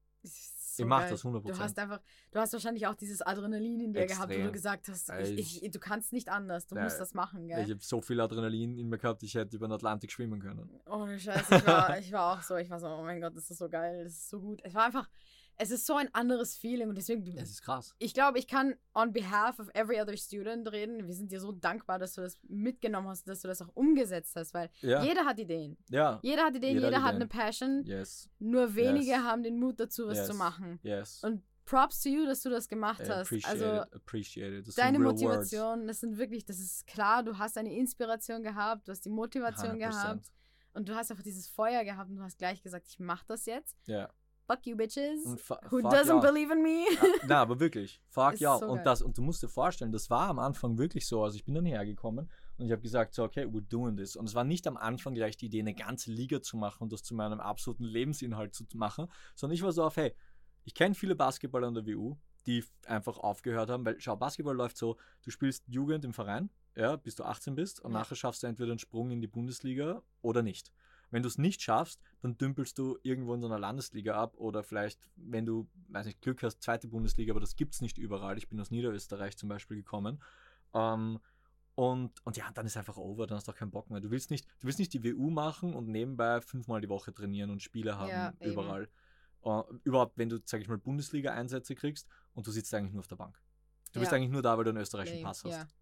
So ich mach das hundert Prozent. Du hast einfach, du hast wahrscheinlich auch dieses Adrenalin in dir Extrem. gehabt, wo du gesagt hast, ich, ich, du kannst nicht anders, du ja, musst das machen, gell? Ich habe so viel Adrenalin in mir gehabt, ich hätte über den Atlantik schwimmen können. Ohne Scheiß, ich war, ich war auch so, ich war so, oh mein Gott, das ist so geil, das ist so gut. Es war einfach, es ist so ein anderes Feeling und deswegen... Es ist krass. Ich glaube, ich kann on behalf of every other student reden. Wir sind dir so dankbar, dass du das mitgenommen hast, dass du das auch umgesetzt hast, weil ja. jeder hat Ideen. Ja. Jeder hat Ideen, jeder, jeder hat, hat eine Passion. Yes. Nur wenige yes. haben den Mut dazu, was yes. zu machen. Yes. Und Props to you, dass du das gemacht I hast. Appreciate also it. Appreciate it. Deine Motivation, words. das sind wirklich, das ist klar, du hast eine Inspiration gehabt, du hast die Motivation hundert Prozent gehabt und du hast einfach dieses Feuer gehabt und du hast gleich gesagt, ich mach das jetzt. Ja. Fuck you, bitches. F- Who doesn't ja. believe in me? Na, aber wirklich. Fuck ja. So und, das, und du musst dir vorstellen, das war am Anfang wirklich so. Also ich bin dann hergekommen und ich habe gesagt, so, okay, we're doing this. Und es war nicht am Anfang gleich die Idee, eine ganze Liga zu machen und das zu meinem absoluten Lebensinhalt zu machen, sondern ich war so auf, hey, ich kenne viele Basketballer an der W U, die einfach aufgehört haben, weil, schau, Basketball läuft so, du spielst Jugend im Verein, ja, bis du achtzehn bist und ja. nachher schaffst du entweder einen Sprung in die Bundesliga oder nicht. Wenn du es nicht schaffst, dann dümpelst du irgendwo in so einer Landesliga ab oder vielleicht, wenn du, weiß nicht, Glück hast, zweite Bundesliga, aber das gibt es nicht überall. Ich bin aus Niederösterreich zum Beispiel gekommen. Ähm, und, und ja, dann ist einfach over, dann hast du auch keinen Bock mehr. Du willst nicht, du willst nicht die W U machen und nebenbei fünfmal die Woche trainieren und Spiele haben ja, überall. Uh, überhaupt, wenn du, sag ich mal, Bundesliga-Einsätze kriegst und du sitzt eigentlich nur auf der Bank. Du ja. bist eigentlich nur da, weil du einen österreichischen Pass hast. Ja.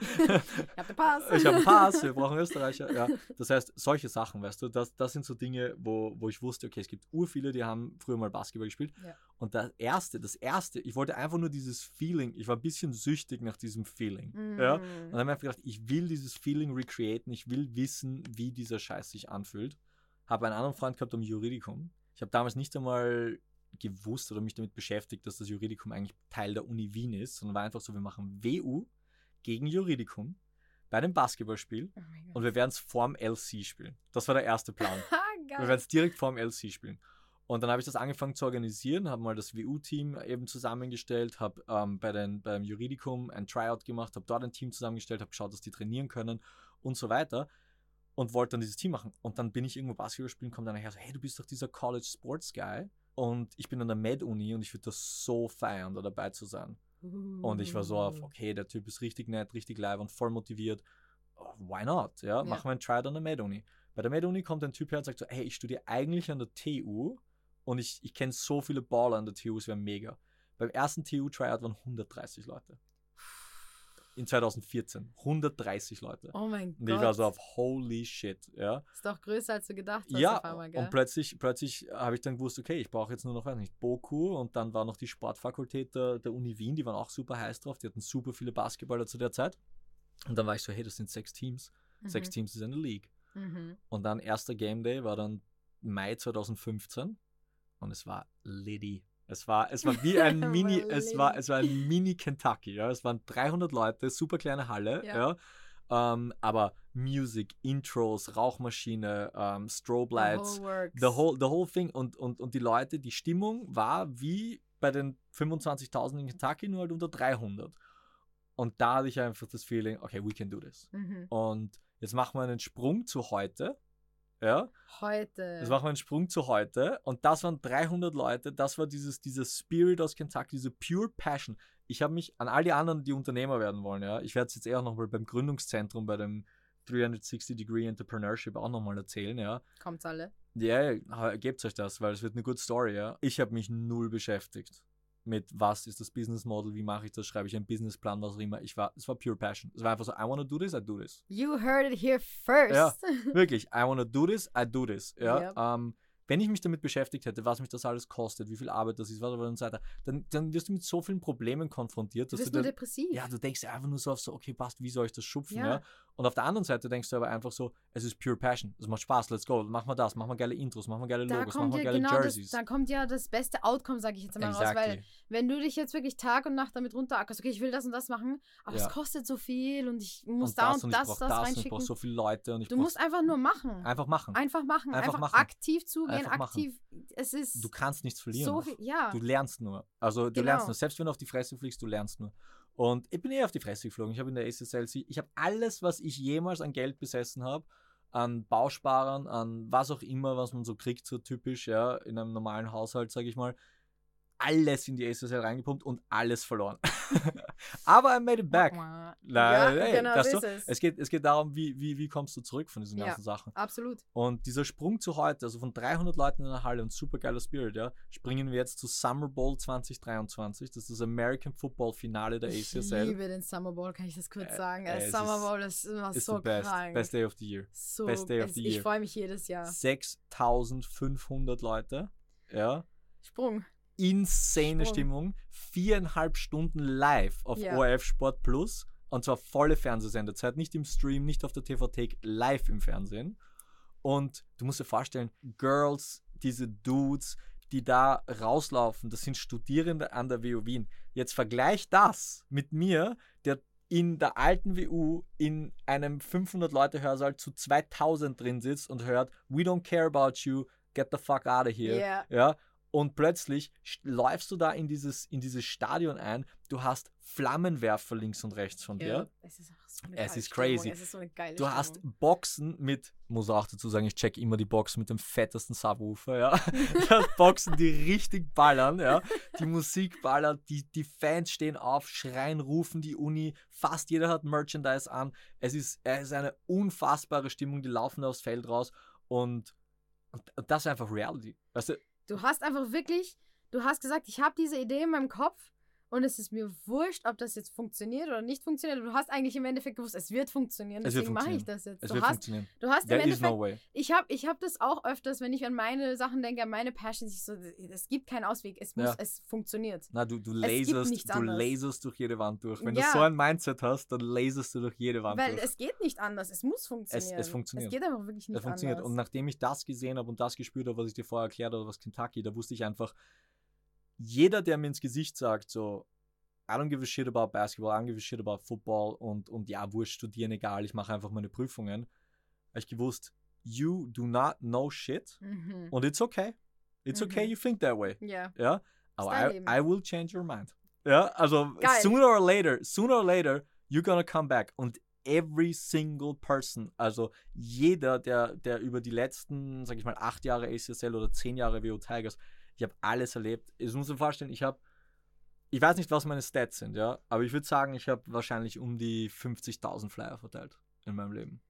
Ich hab den Pass. Ich habe einen Pass, wir brauchen Österreicher. Ja. Das heißt, solche Sachen, weißt du, das, das sind so Dinge, wo, wo ich wusste, okay, es gibt urviele, die haben früher mal Basketball gespielt. Ja. Und das erste, das erste, ich wollte einfach nur dieses Feeling, ich war ein bisschen süchtig nach diesem Feeling. Mm. Ja. Und dann habe ich einfach gedacht, ich will dieses Feeling recreaten, ich will wissen, wie dieser Scheiß sich anfühlt. Habe einen anderen Freund gehabt am Juridikum. Ich habe damals nicht einmal gewusst oder mich damit beschäftigt, dass das Juridikum eigentlich Teil der Uni Wien ist, sondern war einfach so, wir machen W U gegen Juridikum bei einem Basketballspiel oh und wir werden es vorm L C spielen. Das war der erste Plan. Wir werden es direkt vorm L C spielen. Und dann habe ich das angefangen zu organisieren, habe mal das W U-Team eben zusammengestellt, habe ähm, bei den, beim Juridikum ein Tryout gemacht, habe dort ein Team zusammengestellt, habe geschaut, dass die trainieren können und so weiter. Und wollte dann dieses Team machen. Und dann bin ich irgendwo Basketball spielen, kommt dann nachher so, hey, du bist doch dieser College Sports Guy. Und ich bin an der Med-Uni und ich würde das so feiern, da dabei zu sein. Uh. Und ich war so auf, okay, der Typ ist richtig nett, richtig live und voll motiviert. Oh, why not? Ja, ja. Machen wir ein Tryout an der Med-Uni. Bei der Med-Uni kommt ein Typ her und sagt so, hey, ich studiere eigentlich an der T U und ich, ich kenne so viele Baller an der T U, es wäre mega. Beim ersten T U-Tryout waren hundertdreißig Leute. in zwanzig vierzehn. hundertdreißig Leute. Oh mein Und Gott. ich war so auf holy shit, ja. Ist doch größer, als du gedacht hast Ja, auf einmal, gell? und plötzlich, plötzlich habe ich dann gewusst, okay, ich brauche jetzt nur noch, weiß nicht, BOKU und dann war noch die Sportfakultät der, der Uni Wien, die waren auch super heiß drauf, die hatten super viele Basketballer zu der Zeit. Und dann war ich so, hey, das sind sechs Teams. Mhm. Sechs Teams ist eine League. Mhm. Und dann erster Game Day war dann Mai zwanzig fünfzehn und es war Liddy. Es war, es war wie ein Mini, es war, es war ein Mini Kentucky, ja. Es waren dreihundert Leute, super kleine Halle, ja. ja. Ähm, aber Music, Intros, Rauchmaschine, ähm, Strobe Lights, The whole works. the whole, the whole thing und, und, und die Leute, die Stimmung war wie bei den fünfundzwanzigtausend in Kentucky, nur halt unter dreihundert. Und da hatte ich einfach das Feeling, okay, we can do this. Mhm. Und jetzt machen wir einen Sprung zu heute. Ja, Heute. jetzt machen wir einen Sprung zu heute und das waren dreihundert Leute, das war dieses, dieses Spirit aus Kentucky, diese pure Passion. Ich habe mich an all die anderen, die Unternehmer werden wollen, ja, ich werde es jetzt eher auch nochmal beim Gründungszentrum, bei dem dreihundertsechzig Degree Entrepreneurship auch nochmal erzählen, ja. Kommt's alle? Ja, yeah, gebt euch das, weil es wird eine gute Story, ja. Ich habe mich null beschäftigt mit, was ist das Business Model, wie mache ich das, schreibe ich einen Businessplan, was auch immer. Ich war, es war pure Passion. Es war einfach so, I wanna do this, I do this. You heard it here first. Ja, wirklich, I wanna do this, I do this. Ja, Yep. ähm, wenn ich mich damit beschäftigt hätte, was mich das alles kostet, wie viel Arbeit das ist, was und so weiter, dann, dann wirst du mit so vielen Problemen konfrontiert, Du dass bist du nur dann, depressiv. ja, du denkst dir einfach nur so auf so, okay, passt, wie soll ich das schupfen, ja. Ja. Und auf der anderen Seite denkst du aber einfach so, es ist pure Passion, es macht Spaß, let's go, machen wir das, machen wir geile Intros, machen wir geile Da Logos, machen kommt wir ja geile genau Jerseys. das, da kommt ja das beste Outcome, sage ich jetzt mal raus, weil Exactly. wenn du dich jetzt wirklich Tag und Nacht damit runterackerst, okay, ich will das und das machen, aber Ja. es kostet so viel und ich muss Und da das und und ich das, brauch das das und ich reinschicken. brauche so viele Leute und ich Du brauch musst einfach nur machen. einfach machen. Einfach machen, Einfach einfach, machen. aktiv zugehen, Einfach machen. aktiv. Es ist Du kannst nichts verlieren. so auch. viel, ja. Du lernst nur. Also du Genau. lernst nur. Selbst wenn du auf die Fresse fliegst, du lernst nur. Und ich bin eh auf die Fresse geflogen. Ich habe in der S S L C, ich habe alles, was ich jemals an Geld besessen habe, an Bausparern, an was auch immer, was man so kriegt, so typisch, ja, in einem normalen Haushalt, sage ich mal, alles in die S S L reingepumpt und alles verloren. Aber I made it back. Ja, Na, hey, genau das so so, ist es. es, geht, es geht darum, wie, wie, wie kommst du zurück von diesen Ja. ganzen Sachen. Absolut. Und dieser Sprung zu heute, also von dreihundert Leuten in der Halle und super geiler Spirit, ja, springen wir jetzt zu Summer Bowl zwanzig dreiundzwanzig. Das ist das American Football Finale der Ich A C S L. liebe den Summer Bowl, kann ich das kurz Äh, sagen. äh, Der es Summer ist- Bowl ist immer Ist so the best. krank. Best day of the year. so, best day of es, the ich year. freue mich jedes Jahr. sechstausendfünfhundert Leute, ja. Sprung. Insane Sprung. Stimmung. Viereinhalb Stunden live auf Ja. O R F Sport Plus. Und zwar volle Fernsehsendezeit. Nicht im Stream, nicht auf der T V-Thek, live im Fernsehen. Und du musst dir vorstellen, Girls, diese Dudes, die da rauslaufen, das sind Studierende an der W U Wien. Jetzt vergleich das mit mir, der in der alten W U in einem fünfhundert-Leute-Hörsaal zu zweitausend drin sitzt und hört, we don't care about you, get the fuck out of here. Yeah. Ja, und plötzlich sch- läufst du da in dieses, in dieses Stadion ein, du hast Flammenwerfer links und rechts von dir. Ja. Es ist auch so eine Es geile ist crazy. Stimmung. Es ist so eine geile Du hast Stimmung. Boxen mit, muss auch dazu sagen, ich check immer die Boxen mit dem fettesten Subwoofer, ja. Du hast Boxen, die richtig ballern, ja. Die Musik ballert, die, die Fans stehen auf, schreien, rufen die Uni, fast jeder hat Merchandise an. Es ist, es ist eine unfassbare Stimmung, die laufen aufs Feld raus und, und das ist einfach Reality. Weißt du, Du hast einfach wirklich, du hast gesagt, ich habe diese Idee in meinem Kopf und es ist mir wurscht, ob das jetzt funktioniert oder nicht funktioniert. Du hast eigentlich im Endeffekt gewusst, es wird funktionieren, Es wird deswegen mache ich funktionieren. das jetzt. es Du wird hast, funktionieren. du hast im There is Endeffekt, no way. ich habe ich hab das auch öfters, wenn ich an meine Sachen denke, an meine Passions, ich so, es gibt keinen Ausweg, es muss, Ja. es funktioniert. Na, du, du Es gibt laserst, nichts du anderes. laserst durch jede Wand durch. Wenn Ja. du so ein Mindset hast, dann laserst du durch jede Wand Weil durch. es geht nicht anders, es muss funktionieren. es funktioniert. Es geht einfach wirklich nicht Das funktioniert. anders. Und nachdem ich das gesehen habe und das gespürt habe, was ich dir vorher erklärt habe, was Kentucky, da wusste ich einfach, jeder, der mir ins Gesicht sagt, so, I don't give a shit about basketball, I don't give a shit about football und, und ja, wurscht, studieren, egal, ich mache einfach meine Prüfungen, habe ich gewusst, you do not know shit Mhm. und it's okay. It's Mhm. okay, you think that way. Ja. Ja, Ist aber dein I, Leben. I will change your mind. Ja, also Geil. sooner or later, sooner or later, you're gonna come back. Und every single person, also jeder, der, der über die letzten, sag ich mal, acht Jahre A C S L oder zehn Jahre W O Tigers, ich habe alles erlebt. Ich muss mir vorstellen, ich habe, ich weiß nicht, was meine Stats sind, ja, aber ich würde sagen, ich habe wahrscheinlich um die fünfzigtausend Flyer verteilt in meinem Leben.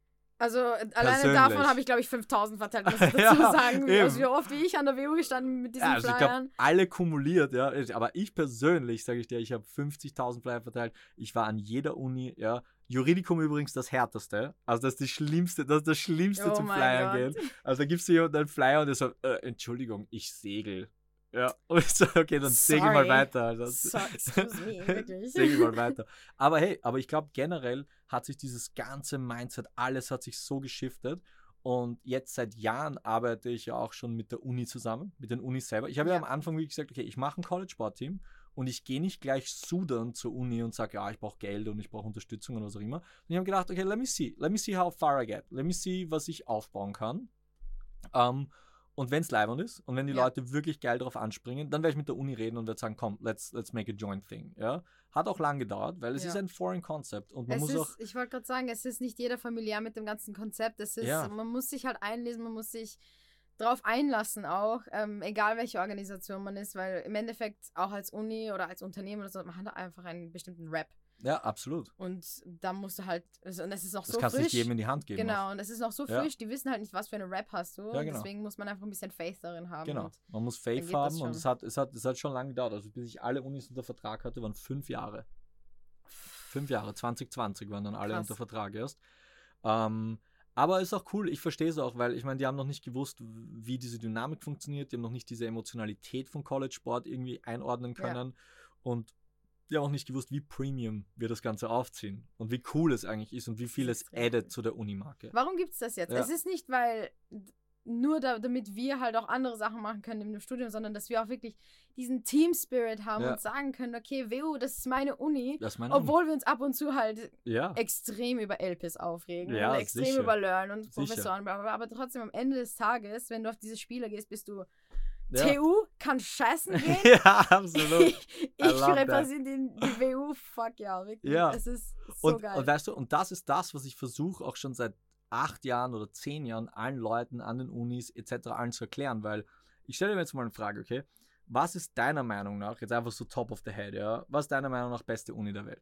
Also alleine Persönlich. davon habe ich, glaube ich, fünftausend verteilt, muss ich dazu Ja, sagen. eben. Also wie oft wie ich an der W U gestanden mit diesen Ja, also ich Flyern. glaube, alle kumuliert, ja. Aber ich persönlich, sage ich dir, ich habe fünfzigtausend Flyer verteilt. Ich war an jeder Uni, ja. Juridikum übrigens das härteste. Also das ist die schlimmste, das ist das Schlimmste Oh zum mein Flyern Gott. gehen. Also da gibst du jemanden einen Flyer und der sagt, äh, Entschuldigung, ich segel. Ja, und ich so, okay, dann segel mal Sorry. weiter. Also, So, excuse me, wirklich. segel mal weiter. Aber hey, aber ich glaube generell hat sich dieses ganze Mindset, alles hat sich so geschiftet. Und jetzt seit Jahren arbeite ich ja auch schon mit der Uni zusammen, mit den Unis selber. Ich habe ja. ja am Anfang wie gesagt, okay, ich mache ein College-Sport-Team und ich gehe nicht gleich sudern zur Uni und sage, ja, ich brauche Geld und ich brauche Unterstützung oder was auch immer. Und ich habe gedacht, okay, let me see, let me see how far I get, let me see, was ich aufbauen kann. Um, und wenn es leibend ist und wenn die ja. Leute wirklich geil darauf anspringen, dann werde ich mit der Uni reden und werde sagen, komm, let's, let's make a joint thing. Ja? Hat auch lang gedauert, weil es ja. ist ein foreign concept und man es muss ist, auch... Ich wollte gerade sagen, es ist nicht jeder familiär mit dem ganzen Konzept. Es ist, ja. Man muss sich halt einlesen, man muss sich drauf einlassen auch, ähm, egal welche Organisation man ist, weil im Endeffekt auch als Uni oder als Unternehmen oder so, man hat einfach einen bestimmten Rap. Ja, absolut. Und da musst du halt, also, und es ist noch das so frisch. Das kannst du nicht jedem in die Hand geben. Genau, auch. Und es ist noch so frisch, ja. die wissen halt nicht, was für eine Rap hast du. Ja, genau. Deswegen muss man einfach ein bisschen Faith darin haben. Genau, man muss Faith haben und es hat, es, hat, es hat schon lange gedauert. Also bis ich alle Unis unter Vertrag hatte, waren fünf Jahre. Fünf Jahre, zwanzig zwanzig waren dann alle Krass. Unter Vertrag erst. Ähm, aber ist auch cool, ich verstehe es auch, weil ich meine, die haben noch nicht gewusst, wie diese Dynamik funktioniert, die haben noch nicht diese Emotionalität von College-Sport irgendwie einordnen können ja. und die haben auch nicht gewusst, wie Premium wir das Ganze aufziehen und wie cool es eigentlich ist und wie viel es addet zu der Unimarke. Warum gibt es das jetzt? Ja. Es ist nicht, weil nur da, damit wir halt auch andere Sachen machen können im Studium, sondern dass wir auch wirklich diesen Team-Spirit haben ja. und sagen können, okay, W U, das ist meine Uni, das ist meine obwohl Uni. wir uns ab und zu halt ja. extrem über L P S aufregen ja, und extrem sicher. über Learn und sicher. Professoren, aber trotzdem am Ende des Tages, wenn du auf diese Spieler gehst, bist du ja. T U kann scheißen gehen. ja, absolut. Ich, ich repräsentiere die W U, fuck ja, wirklich. Ja. Es ist so und, geil. Und weißt du, und das ist das, was ich versuche auch schon seit acht Jahren oder zehn Jahren allen Leuten an den Unis et cetera allen zu erklären, weil ich stelle mir jetzt mal eine Frage, okay? Was ist deiner Meinung nach, jetzt einfach so top of the head, ja? Was ist deiner Meinung nach beste Uni der Welt?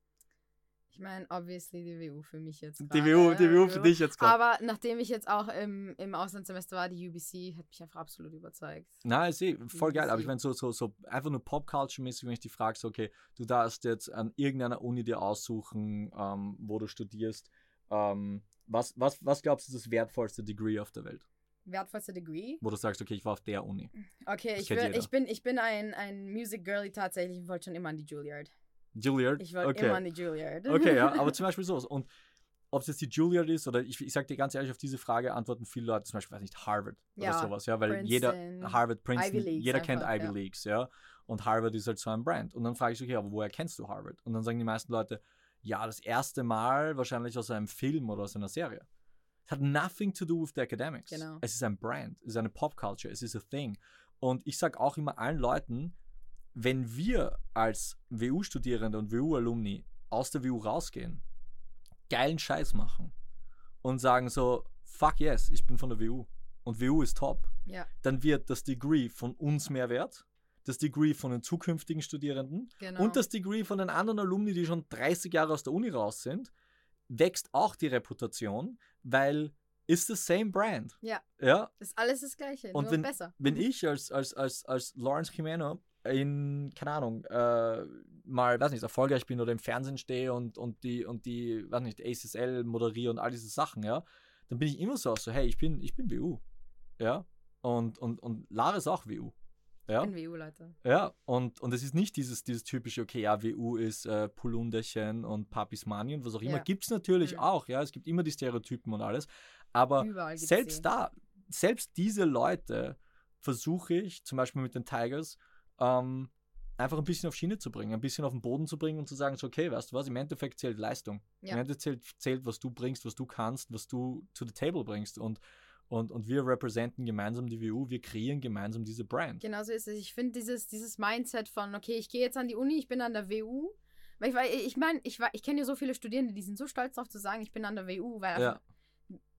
Ich meine, obviously die W U für mich jetzt gerade. Die W U, die W U für dich jetzt gerade. Aber nachdem ich jetzt auch im, im Auslandssemester war, die U B C hat mich einfach absolut überzeugt. Na, ist eh voll geil, aber ich meine, so, so, so einfach nur Pop-Culture-mäßig, wenn ich die frage, so, okay, du darfst jetzt an irgendeiner Uni dir aussuchen, ähm, wo du studierst, ähm, was, was, was glaubst du, ist das wertvollste Degree auf der Welt? Wertvollste Degree? Wo du sagst, okay, ich war auf der Uni. Okay, ich, will, ich bin, ich bin ein, ein Music Girlie tatsächlich, ich wollte schon immer an die Juilliard. Juilliard? Ich wollte okay. immer an die Juilliard. Okay, ja, aber zum Beispiel sowas. Und ob es jetzt die Juilliard ist oder ich, ich sag dir ganz ehrlich, auf diese Frage antworten viele Leute, zum Beispiel, weiß nicht, Harvard ja, oder sowas, ja, weil Princeton, jeder, Harvard, Princeton, Ivy Leagues jeder einfach, kennt Ivy ja. Leagues, ja, und Harvard ist halt so ein Brand. Und dann frage ich, okay, aber woher kennst du Harvard? Und dann sagen die meisten Leute, ja, das erste Mal wahrscheinlich aus einem Film oder aus einer Serie. Es hat nothing to do with the academics. Genau. Es ist ein Brand, es ist eine Pop-Culture, es ist a thing. Und ich sage auch immer allen Leuten, wenn wir als W U-Studierende und W U-Alumni aus der W U rausgehen, geilen Scheiß machen und sagen so, fuck yes, ich bin von der W U und W U ist top, ja. dann wird das Degree von uns mehr wert, das Degree von den zukünftigen Studierenden genau. und das Degree von den anderen Alumni, die schon dreißig Jahre aus der Uni raus sind, wächst auch die Reputation, weil ist the same brand. Ja, ja? ist alles das Gleiche, und nur wenn, besser. Wenn ich als, als, als, als Lawrence Jimeno in, keine Ahnung, äh, mal, weiß nicht, erfolgreich bin oder im Fernsehen stehe und, und die, und die, weiß nicht, A S S L moderiere und all diese Sachen, ja, dann bin ich immer so, so, hey, ich bin, ich bin W U, ja, und, und, und Lara ist auch W U, ja. Ich bin W U, Leute. Ja, und, und es ist nicht dieses, dieses typische, okay, ja, W U ist äh, Polunderchen und Papis Mani und was auch immer, ja. gibt es natürlich mhm. auch, ja, es gibt immer die Stereotypen und alles, aber selbst da, selbst diese Leute versuche ich, zum Beispiel mit den Tigers, ähm, einfach ein bisschen auf Schiene zu bringen, ein bisschen auf den Boden zu bringen und zu sagen, so, okay, weißt du was, im Endeffekt zählt Leistung. Ja. Im Endeffekt zählt, zählt, was du bringst, was du kannst, was du to the table bringst und, und, und wir repräsentieren gemeinsam die W U, wir kreieren gemeinsam diese Brand. Genau so ist es. Ich finde dieses, dieses Mindset von, okay, ich gehe jetzt an die Uni, ich bin an der W U, weil ich, ich meine, ich, ich kenne ja so viele Studierende, die sind so stolz darauf zu sagen, ich bin an der W U, weil ja.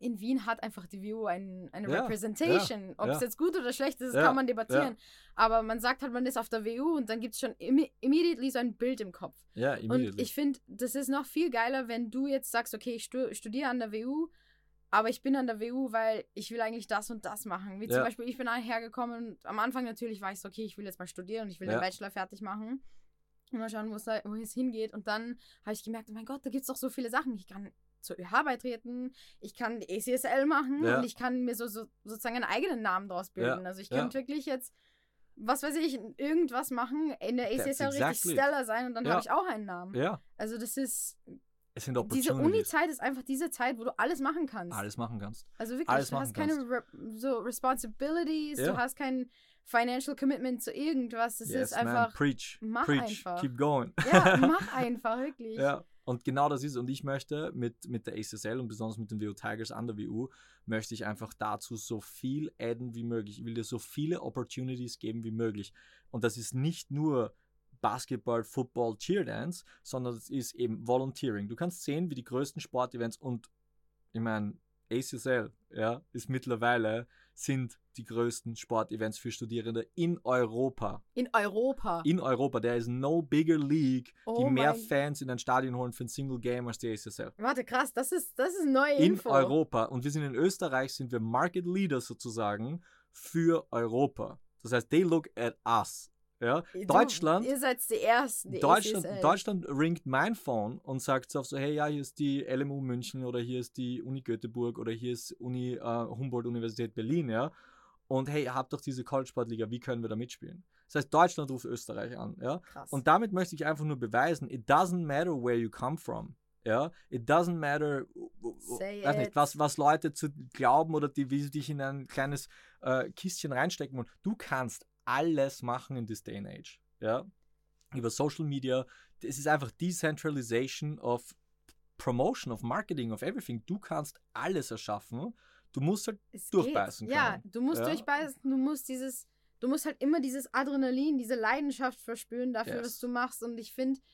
in Wien hat einfach die V U ein, eine Ja, Representation. ja, Ob ja. es jetzt gut oder schlecht ist, Ja, kann man debattieren. ja. Aber man sagt halt, man ist auf der W U und dann gibt es schon imme- immediately so ein Bild im Kopf. Ja, Und immediately. ich finde, das ist noch viel geiler, wenn du jetzt sagst, okay, ich stu studiere an der W U, aber ich bin an der W U, weil ich will eigentlich das und das machen. Wie zum Ja. Beispiel, ich bin hergekommen und am Anfang natürlich war ich so, okay, ich will jetzt mal studieren und ich will Ja. den Bachelor fertig machen. Und mal schauen, wo es da- wo es hingeht. Und dann habe ich gemerkt, oh mein Gott, da gibt es doch so viele Sachen. Ich kann zur Ö H beitreten, ich kann A C S L machen Ja. und ich kann mir so, so sozusagen einen eigenen Namen draus bilden. Ja. Also ich Ja. könnte wirklich jetzt, was weiß ich, irgendwas machen, in der A C S L That's richtig exactly. stellar sein und dann Ja. habe ich auch einen Namen. Ja, Also das ist, es sind diese Opportunities. Uni-Zeit ist einfach diese Zeit, wo du alles machen kannst. Alles machen kannst. Also wirklich, alles du hast machen keine Re so Responsibilities, Ja. du hast kein Financial Commitment zu irgendwas. Das Yes, ist einfach, man, preach, mach preach, einfach. keep going. ja, mach einfach, wirklich. Ja, und genau das ist, und ich möchte mit, mit der A C S L und besonders mit den W U Tigers an der W U, möchte ich einfach dazu so viel adden wie möglich. Ich will dir so viele Opportunities geben wie möglich. Und das ist nicht nur Basketball, Football, Cheerdance, sondern es ist eben Volunteering. Du kannst sehen, wie die größten Sportevents und ich meine, A C S L, ja, ist mittlerweile, sind die größten Sportevents für Studierende in Europa. In Europa. In Europa. There is no bigger league, Oh die mehr mein- Fans in ein Stadion holen für ein Single Game als die A C S L. Warte, krass, das ist, das ist neue In Info. Europa. Und wir sind in Österreich, sind wir Market Leader sozusagen für Europa. Das heißt, they look at us. Ja? Du, Deutschland, Ihr seid die Ersten, die Deutschland, A C S L. Deutschland ringt mein Phone und sagt so, so, hey, ja, hier ist die L M U München oder hier ist die Uni Göteborg oder hier ist Uni äh, Humboldt-Universität Berlin, ja. Und hey, ihr habt doch diese College-Sportliga, wie können wir da mitspielen? Das heißt, Deutschland ruft Österreich an, ja. Krass. Und damit möchte ich einfach nur beweisen, it doesn't matter where you come from. Ja, it doesn't matter, Say weiß nicht, it. was, was Leute zu glauben oder die, wie sie dich in ein kleines äh, Kistchen reinstecken wollen. Du kannst alles machen in this day and age. Ja, über Social Media. Es ist einfach Decentralization of Promotion, of Marketing, of everything. Du kannst alles erschaffen. Du musst halt Es durchbeißen geht. Ja, können. du musst Ja. durchbeißen, du musst dieses, du musst halt immer dieses Adrenalin, diese Leidenschaft verspüren dafür, Yes. was du machst. Und ich finde,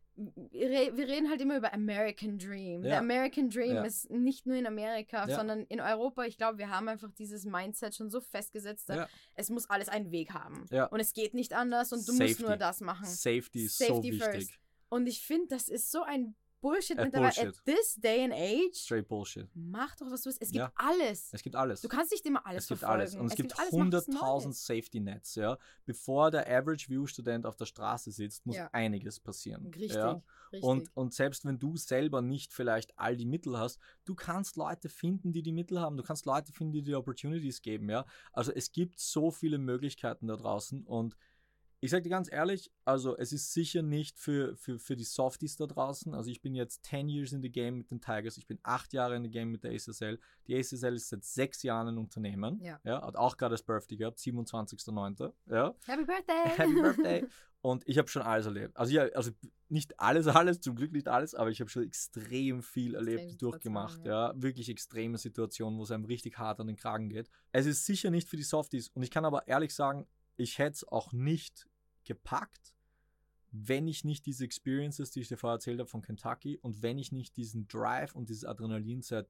wir re- wir reden halt immer über American Dream. Ja. Der American Dream Ja. ist nicht nur in Amerika, Ja. sondern in Europa. Ich glaube, wir haben einfach dieses Mindset schon so festgesetzt, dass Ja. es muss alles einen Weg haben. Ja. Und es geht nicht anders und du musst Safety. nur das machen. Safety ist so Safety wichtig. first. Und ich finde, das ist so ein Bullshit Äh, mittlerweile. Bullshit. At this day and age, Straight Bullshit. mach doch, was du willst. Es gibt Ja. alles. Es gibt alles. Du kannst nicht immer alles Es gibt verfolgen. alles. Und es, gibt alles, mach was hunderttausend Neues. Safety Nets, ja. Bevor der Average View-Student auf der Straße sitzt, muss Ja. einiges passieren. Richtig, Ja. richtig. Und, und selbst wenn du selber nicht vielleicht all die Mittel hast, du kannst Leute finden, die die Mittel haben. Du kannst Leute finden, die die Opportunities geben, ja. Also es gibt so viele Möglichkeiten da draußen und ich sage dir ganz ehrlich, also es ist sicher nicht für, für, für die Softies da draußen. Also ich bin jetzt ten years in the game mit den Tigers, ich bin acht Jahre in the game mit der A C S L. Die A C S L ist seit sechs Jahren ein Unternehmen. Ja. Ja, hat auch gerade das Birthday gehabt, siebenundzwanzigster neunter Ja. Happy Birthday! Happy Birthday. Und ich habe schon alles erlebt. Also ja, also nicht alles, alles, zum Glück nicht alles, aber ich habe schon extrem viel erlebt, Extreme durchgemacht. Situationen, Ja. Wirklich extreme Situationen, wo es einem richtig hart an den Kragen geht. Es ist sicher nicht für die Softies. Und ich kann aber ehrlich sagen, ich hätte es auch nicht gepackt, wenn ich nicht diese Experiences, die ich dir vorher erzählt habe von Kentucky und wenn ich nicht diesen Drive und dieses Adrenalin seit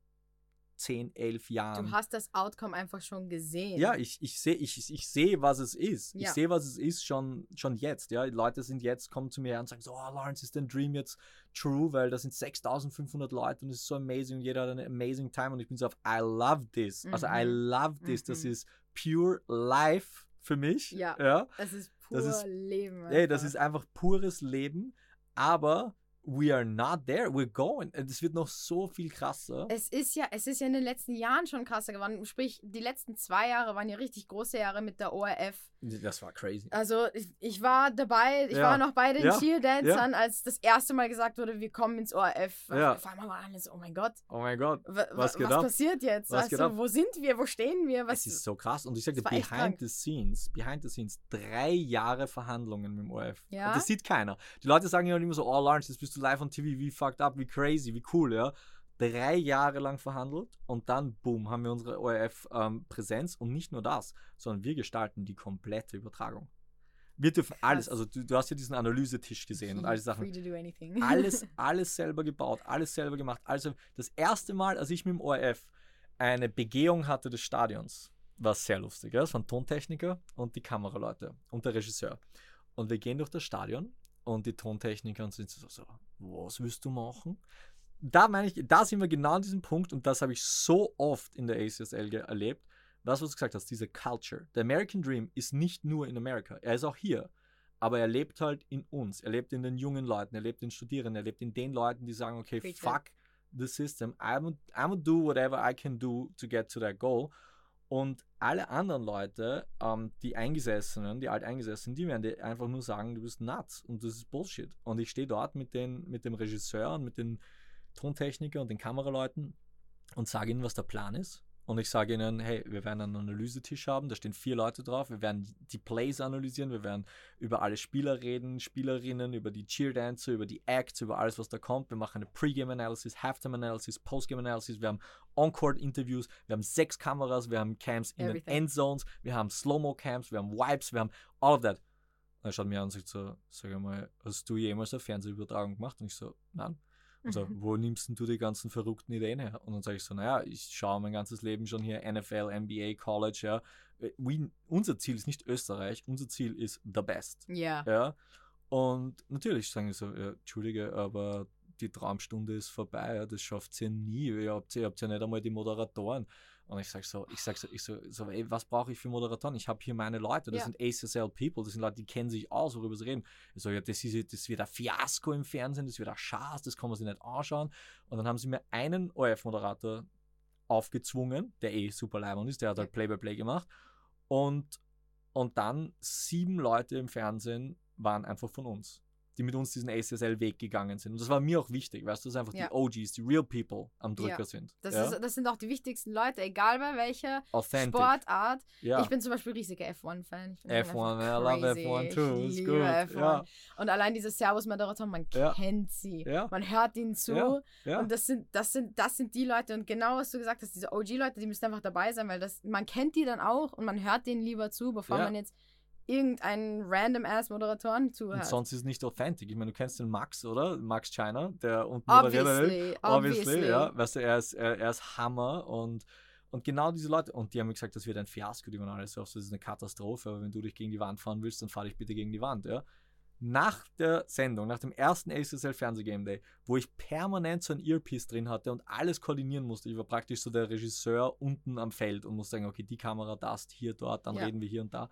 zehn, elf Jahren. Du hast das Outcome einfach schon gesehen. Ja, ich, ich sehe, ich, ich sehe, was es ist. Ich Ja. sehe, was es ist schon, schon jetzt. Ja, die Leute sind jetzt, kommen zu mir her und sagen so, oh, Lawrence, ist dein Dream jetzt true? Weil da sind sechstausendfünfhundert Leute und es ist so amazing und jeder hat eine amazing time und ich bin so auf, I love this. Also, I Mhm. love this. Das Mhm. ist pure life für mich. Ja. ja. Das ist pur Das ist- Leben. Ey, das einfach. ist einfach pures Leben, aber we are not there, we're going. Es wird noch so viel krasser. Es ist ja, es ist ja in den letzten Jahren schon krasser geworden. Sprich, die letzten zwei Jahre waren ja richtig große Jahre mit der O R F. Das war crazy. Also ich, ich war dabei, ich Ja. war noch bei den Ja. Cheerdancern, als das erste Mal gesagt wurde, wir kommen ins O R F. Ja. Auf einmal waren alle so, oh mein Gott, Oh mein Gott. wa- Was was, geht was ab? passiert jetzt? Was Weißt geht du, ab? wo sind wir, wo stehen wir? Was, Es ist so krass. Und ich sage, Das war echt behind krank. the scenes, behind the scenes, drei Jahre Verhandlungen mit dem O R F. Ja? Das sieht keiner. Die Leute sagen ja immer so, oh Lawrence, jetzt bist du live on T V, wie fucked up, wie crazy, wie cool, ja. Drei Jahre lang verhandelt und dann, boom, haben wir unsere O R F-Präsenz und nicht nur das, sondern wir gestalten die komplette Übertragung. Wir dürfen alles, Krass. also du, du hast ja diesen Analysetisch gesehen und all die Sachen. Free to do anything. Alles, alles selber gebaut, alles selber gemacht. Also das erste Mal, als ich mit dem O R F eine Begehung hatte des Stadions. War sehr lustig. Ja? Das waren Tontechniker und die Kameraleute und der Regisseur. Und wir gehen durch das Stadion und die Tontechniker sind so, so, was willst du machen? Da meine ich, da sind wir genau an diesem Punkt und das habe ich so oft in der A C S L ge- erlebt. Das, was du gesagt hast, diese Culture. Der American Dream ist nicht nur in Amerika, er ist auch hier. Aber er lebt halt in uns, er lebt in den jungen Leuten, er lebt in Studierenden, er lebt in den Leuten, die sagen, okay, Preach fuck the system, I'm, I'm gonna do whatever I can do to get to that goal. Und alle anderen Leute, ähm, die Eingesessenen, die Alteingesessenen, die werden dir einfach nur sagen, du bist nuts und das ist Bullshit. Und ich stehe dort mit, den, mit dem Regisseur und mit den Tontechnikern und den Kameraleuten und sage ihnen, was der Plan ist. Und ich sage ihnen, hey, wir werden einen Analysetisch haben, da stehen vier Leute drauf, wir werden die Plays analysieren, wir werden über alle Spieler reden, Spielerinnen, über die Cheerdancer, über die Acts, über alles, was da kommt. Wir machen eine Pre-Game-Analysis, Halftime-Analysis, Post-Game-Analysis, wir haben On-Court-Interviews, wir haben sechs Kameras, wir haben Cams in Everything. den Endzones, wir haben Slow-Mo-Cams, wir haben Wipes, wir haben all of that. Und er schaut mir an und sagt so, sag mal, hast du jemals eine Fernsehübertragung gemacht? Und ich so, nein. Also, Mhm. wo nimmst denn du die ganzen verrückten Ideen her? Und dann sage ich so, naja, ich schaue mein ganzes Leben schon hier N F L, N B A, College, ja. We, unser Ziel ist nicht Österreich, unser Ziel ist the best. Ja. Ja. Und natürlich sagen die so, ja, Entschuldige, aber die Traumstunde ist vorbei, ja, das schafft ihr nie. Ihr habt, ihr habt ja nicht einmal die Moderatoren. Und ich sage so, ich sag so, ich so, so ey, was brauche ich für Moderatoren? Ich habe hier meine Leute, das Ja. sind A C S L-People, das sind Leute, die kennen sich aus, worüber sie reden. Ich so, ja, das, ist, das wird ein Fiasko im Fernsehen, das wird ein Schatz, das kann man sich nicht anschauen. Und dann haben sie mir einen O R F-Moderator aufgezwungen, der eh super leibend ist, der hat halt Play-by-Play gemacht. Und, und dann sieben Leute im Fernsehen waren einfach von uns, die mit uns diesen A C S L-Weg gegangen sind. Und das war mir auch wichtig, weißt du, dass einfach Ja. die O Gs, die Real People am Drücker Ja. sind. Das, ja? ist, das sind auch die wichtigsten Leute, egal bei welcher Authentic. Sportart. Ja. Ich bin zum Beispiel riesiger F eins Fan. Ich bin F eins, I love crazy. F eins too, Ich ist liebe gut. F eins. Ja. Und allein diese Servus-Moderatoren, man Ja. kennt sie. Ja. Man hört ihnen zu. Ja. Ja. Und das sind, das, sind, das sind die Leute. Und genau, was du gesagt hast, diese O G-Leute, die müssen einfach dabei sein, weil das, man kennt die dann auch und man hört denen lieber zu, bevor Ja. man jetzt irgendeinen random-ass-Moderatoren zuhört. Und sonst ist es nicht authentic. Ich meine, du kennst den Max, oder? Max China, der unten moderiert. Obviously, Obviously, obviously. ja. Weißt du, er ist, er, er ist Hammer und, und genau diese Leute, und die haben mir gesagt, das wird ein Fiasko, die waren alle so, das ist eine Katastrophe, aber wenn du dich gegen die Wand fahren willst, dann fahr dich bitte gegen die Wand, ja. Nach der Sendung, nach dem ersten A C S L Fernseh-Game Day, wo ich permanent so ein Earpiece drin hatte und alles koordinieren musste, ich war praktisch so der Regisseur unten am Feld und musste sagen, okay, die Kamera, das, hier, dort, dann Ja. reden wir hier und da.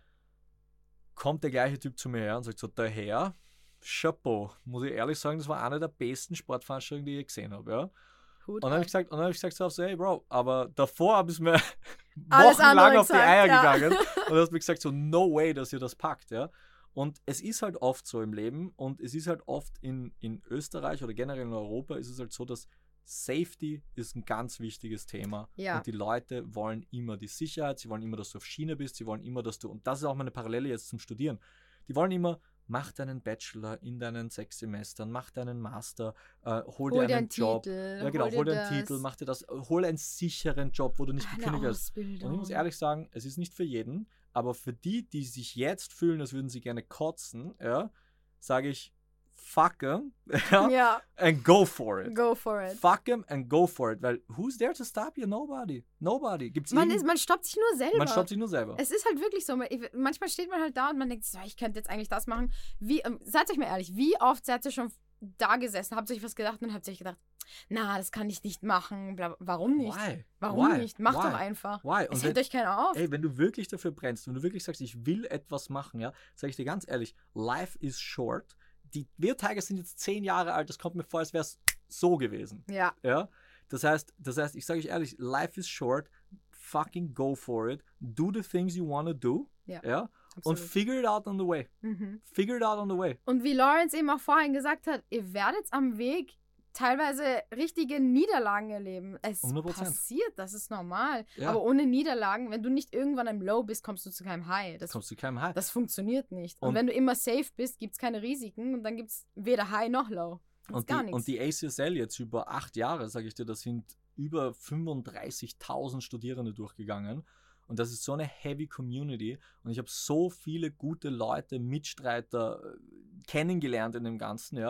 Kommt der gleiche Typ zu mir her und sagt so, der Herr, Chapeau, muss ich ehrlich sagen, das war eine der besten Sportveranstaltungen, die ich gesehen habe, ja. Hut Und dann habe ab. ich gesagt, und dann habe ich gesagt so, hey Bro, aber davor habe ich mir Alles wochenlang andere auf die gesagt, Eier ja. gegangen und du hast mir gesagt so, no way, dass ihr das packt, ja. Und es ist halt oft so im Leben und es ist halt oft in, in Österreich oder generell in Europa ist es halt so, dass Safety ist ein ganz wichtiges Thema. Ja. Und die Leute wollen immer die Sicherheit, sie wollen immer, dass du auf Schiene bist, sie wollen immer, dass du, und das ist auch meine Parallele jetzt zum Studieren, die wollen immer, mach deinen Bachelor in deinen sechs Semestern, mach deinen Master, äh, hol, Hol dir dir einen einen Job. Titel, Ja, genau, hol dir hol dir das. einen Titel, mach dir das, hol einen sicheren Job, wo du nicht Eine gekündigt wirst. Ausbildung. Und ich muss ehrlich sagen, es ist nicht für jeden, aber für die, die sich jetzt fühlen, als würden sie gerne kotzen, ja, sage ich, fuck 'em, ja, Ja, and go for it. go for it. Fuck 'em and go for it, weil who's there to stop you? Nobody. Nobody. Gibt's Man, irgend- ist, man stoppt sich nur selber. man stoppt sich nur selber. Es ist halt wirklich so. man- ich- Manchmal steht man halt da und man denkt, so, ich könnte jetzt eigentlich das machen. Wie, ähm, seid euch mal ehrlich, wie oft seid ihr schon da gesessen, habt euch was gedacht und habt euch gedacht, na, das kann ich nicht machen. Bla, warum nicht? Why? Warum Why? nicht? Macht Why? doch einfach. Why? Es Und hält wenn, euch keiner auf. ey, wenn du wirklich dafür brennst, wenn du wirklich sagst, ich will etwas machen, ja, sage ich dir ganz ehrlich, life is short. Die Wir Tigers sind jetzt zehn Jahre alt, das kommt mir vor, als wäre es so gewesen. Ja, Ja, das heißt, das heißt, ich sage euch ehrlich, life is short, fucking go for it, do the things you want to do, Ja, ja, und absolut. figure it out on the way, Mhm. figure it out on the way. Und wie Lawrence eben auch vorhin gesagt hat, ihr werdet am Weg teilweise richtige Niederlagen erleben. Es hundert Prozent. passiert, das ist normal. Ja. Aber ohne Niederlagen, wenn du nicht irgendwann im Low bist, kommst du zu keinem High. Das, Kommst du keinem High. das funktioniert nicht. Und, Und- wenn du immer safe bist, gibt es keine Risiken und dann gibt es weder High noch Low. Gibt's Und gar die, nichts. und die A C S L jetzt über acht Jahre, sage ich dir, das sind über fünfunddreißigtausend Studierende durchgegangen. Und das ist so eine heavy Community. Und ich habe so viele gute Leute, Mitstreiter äh, kennengelernt in dem Ganzen, ja,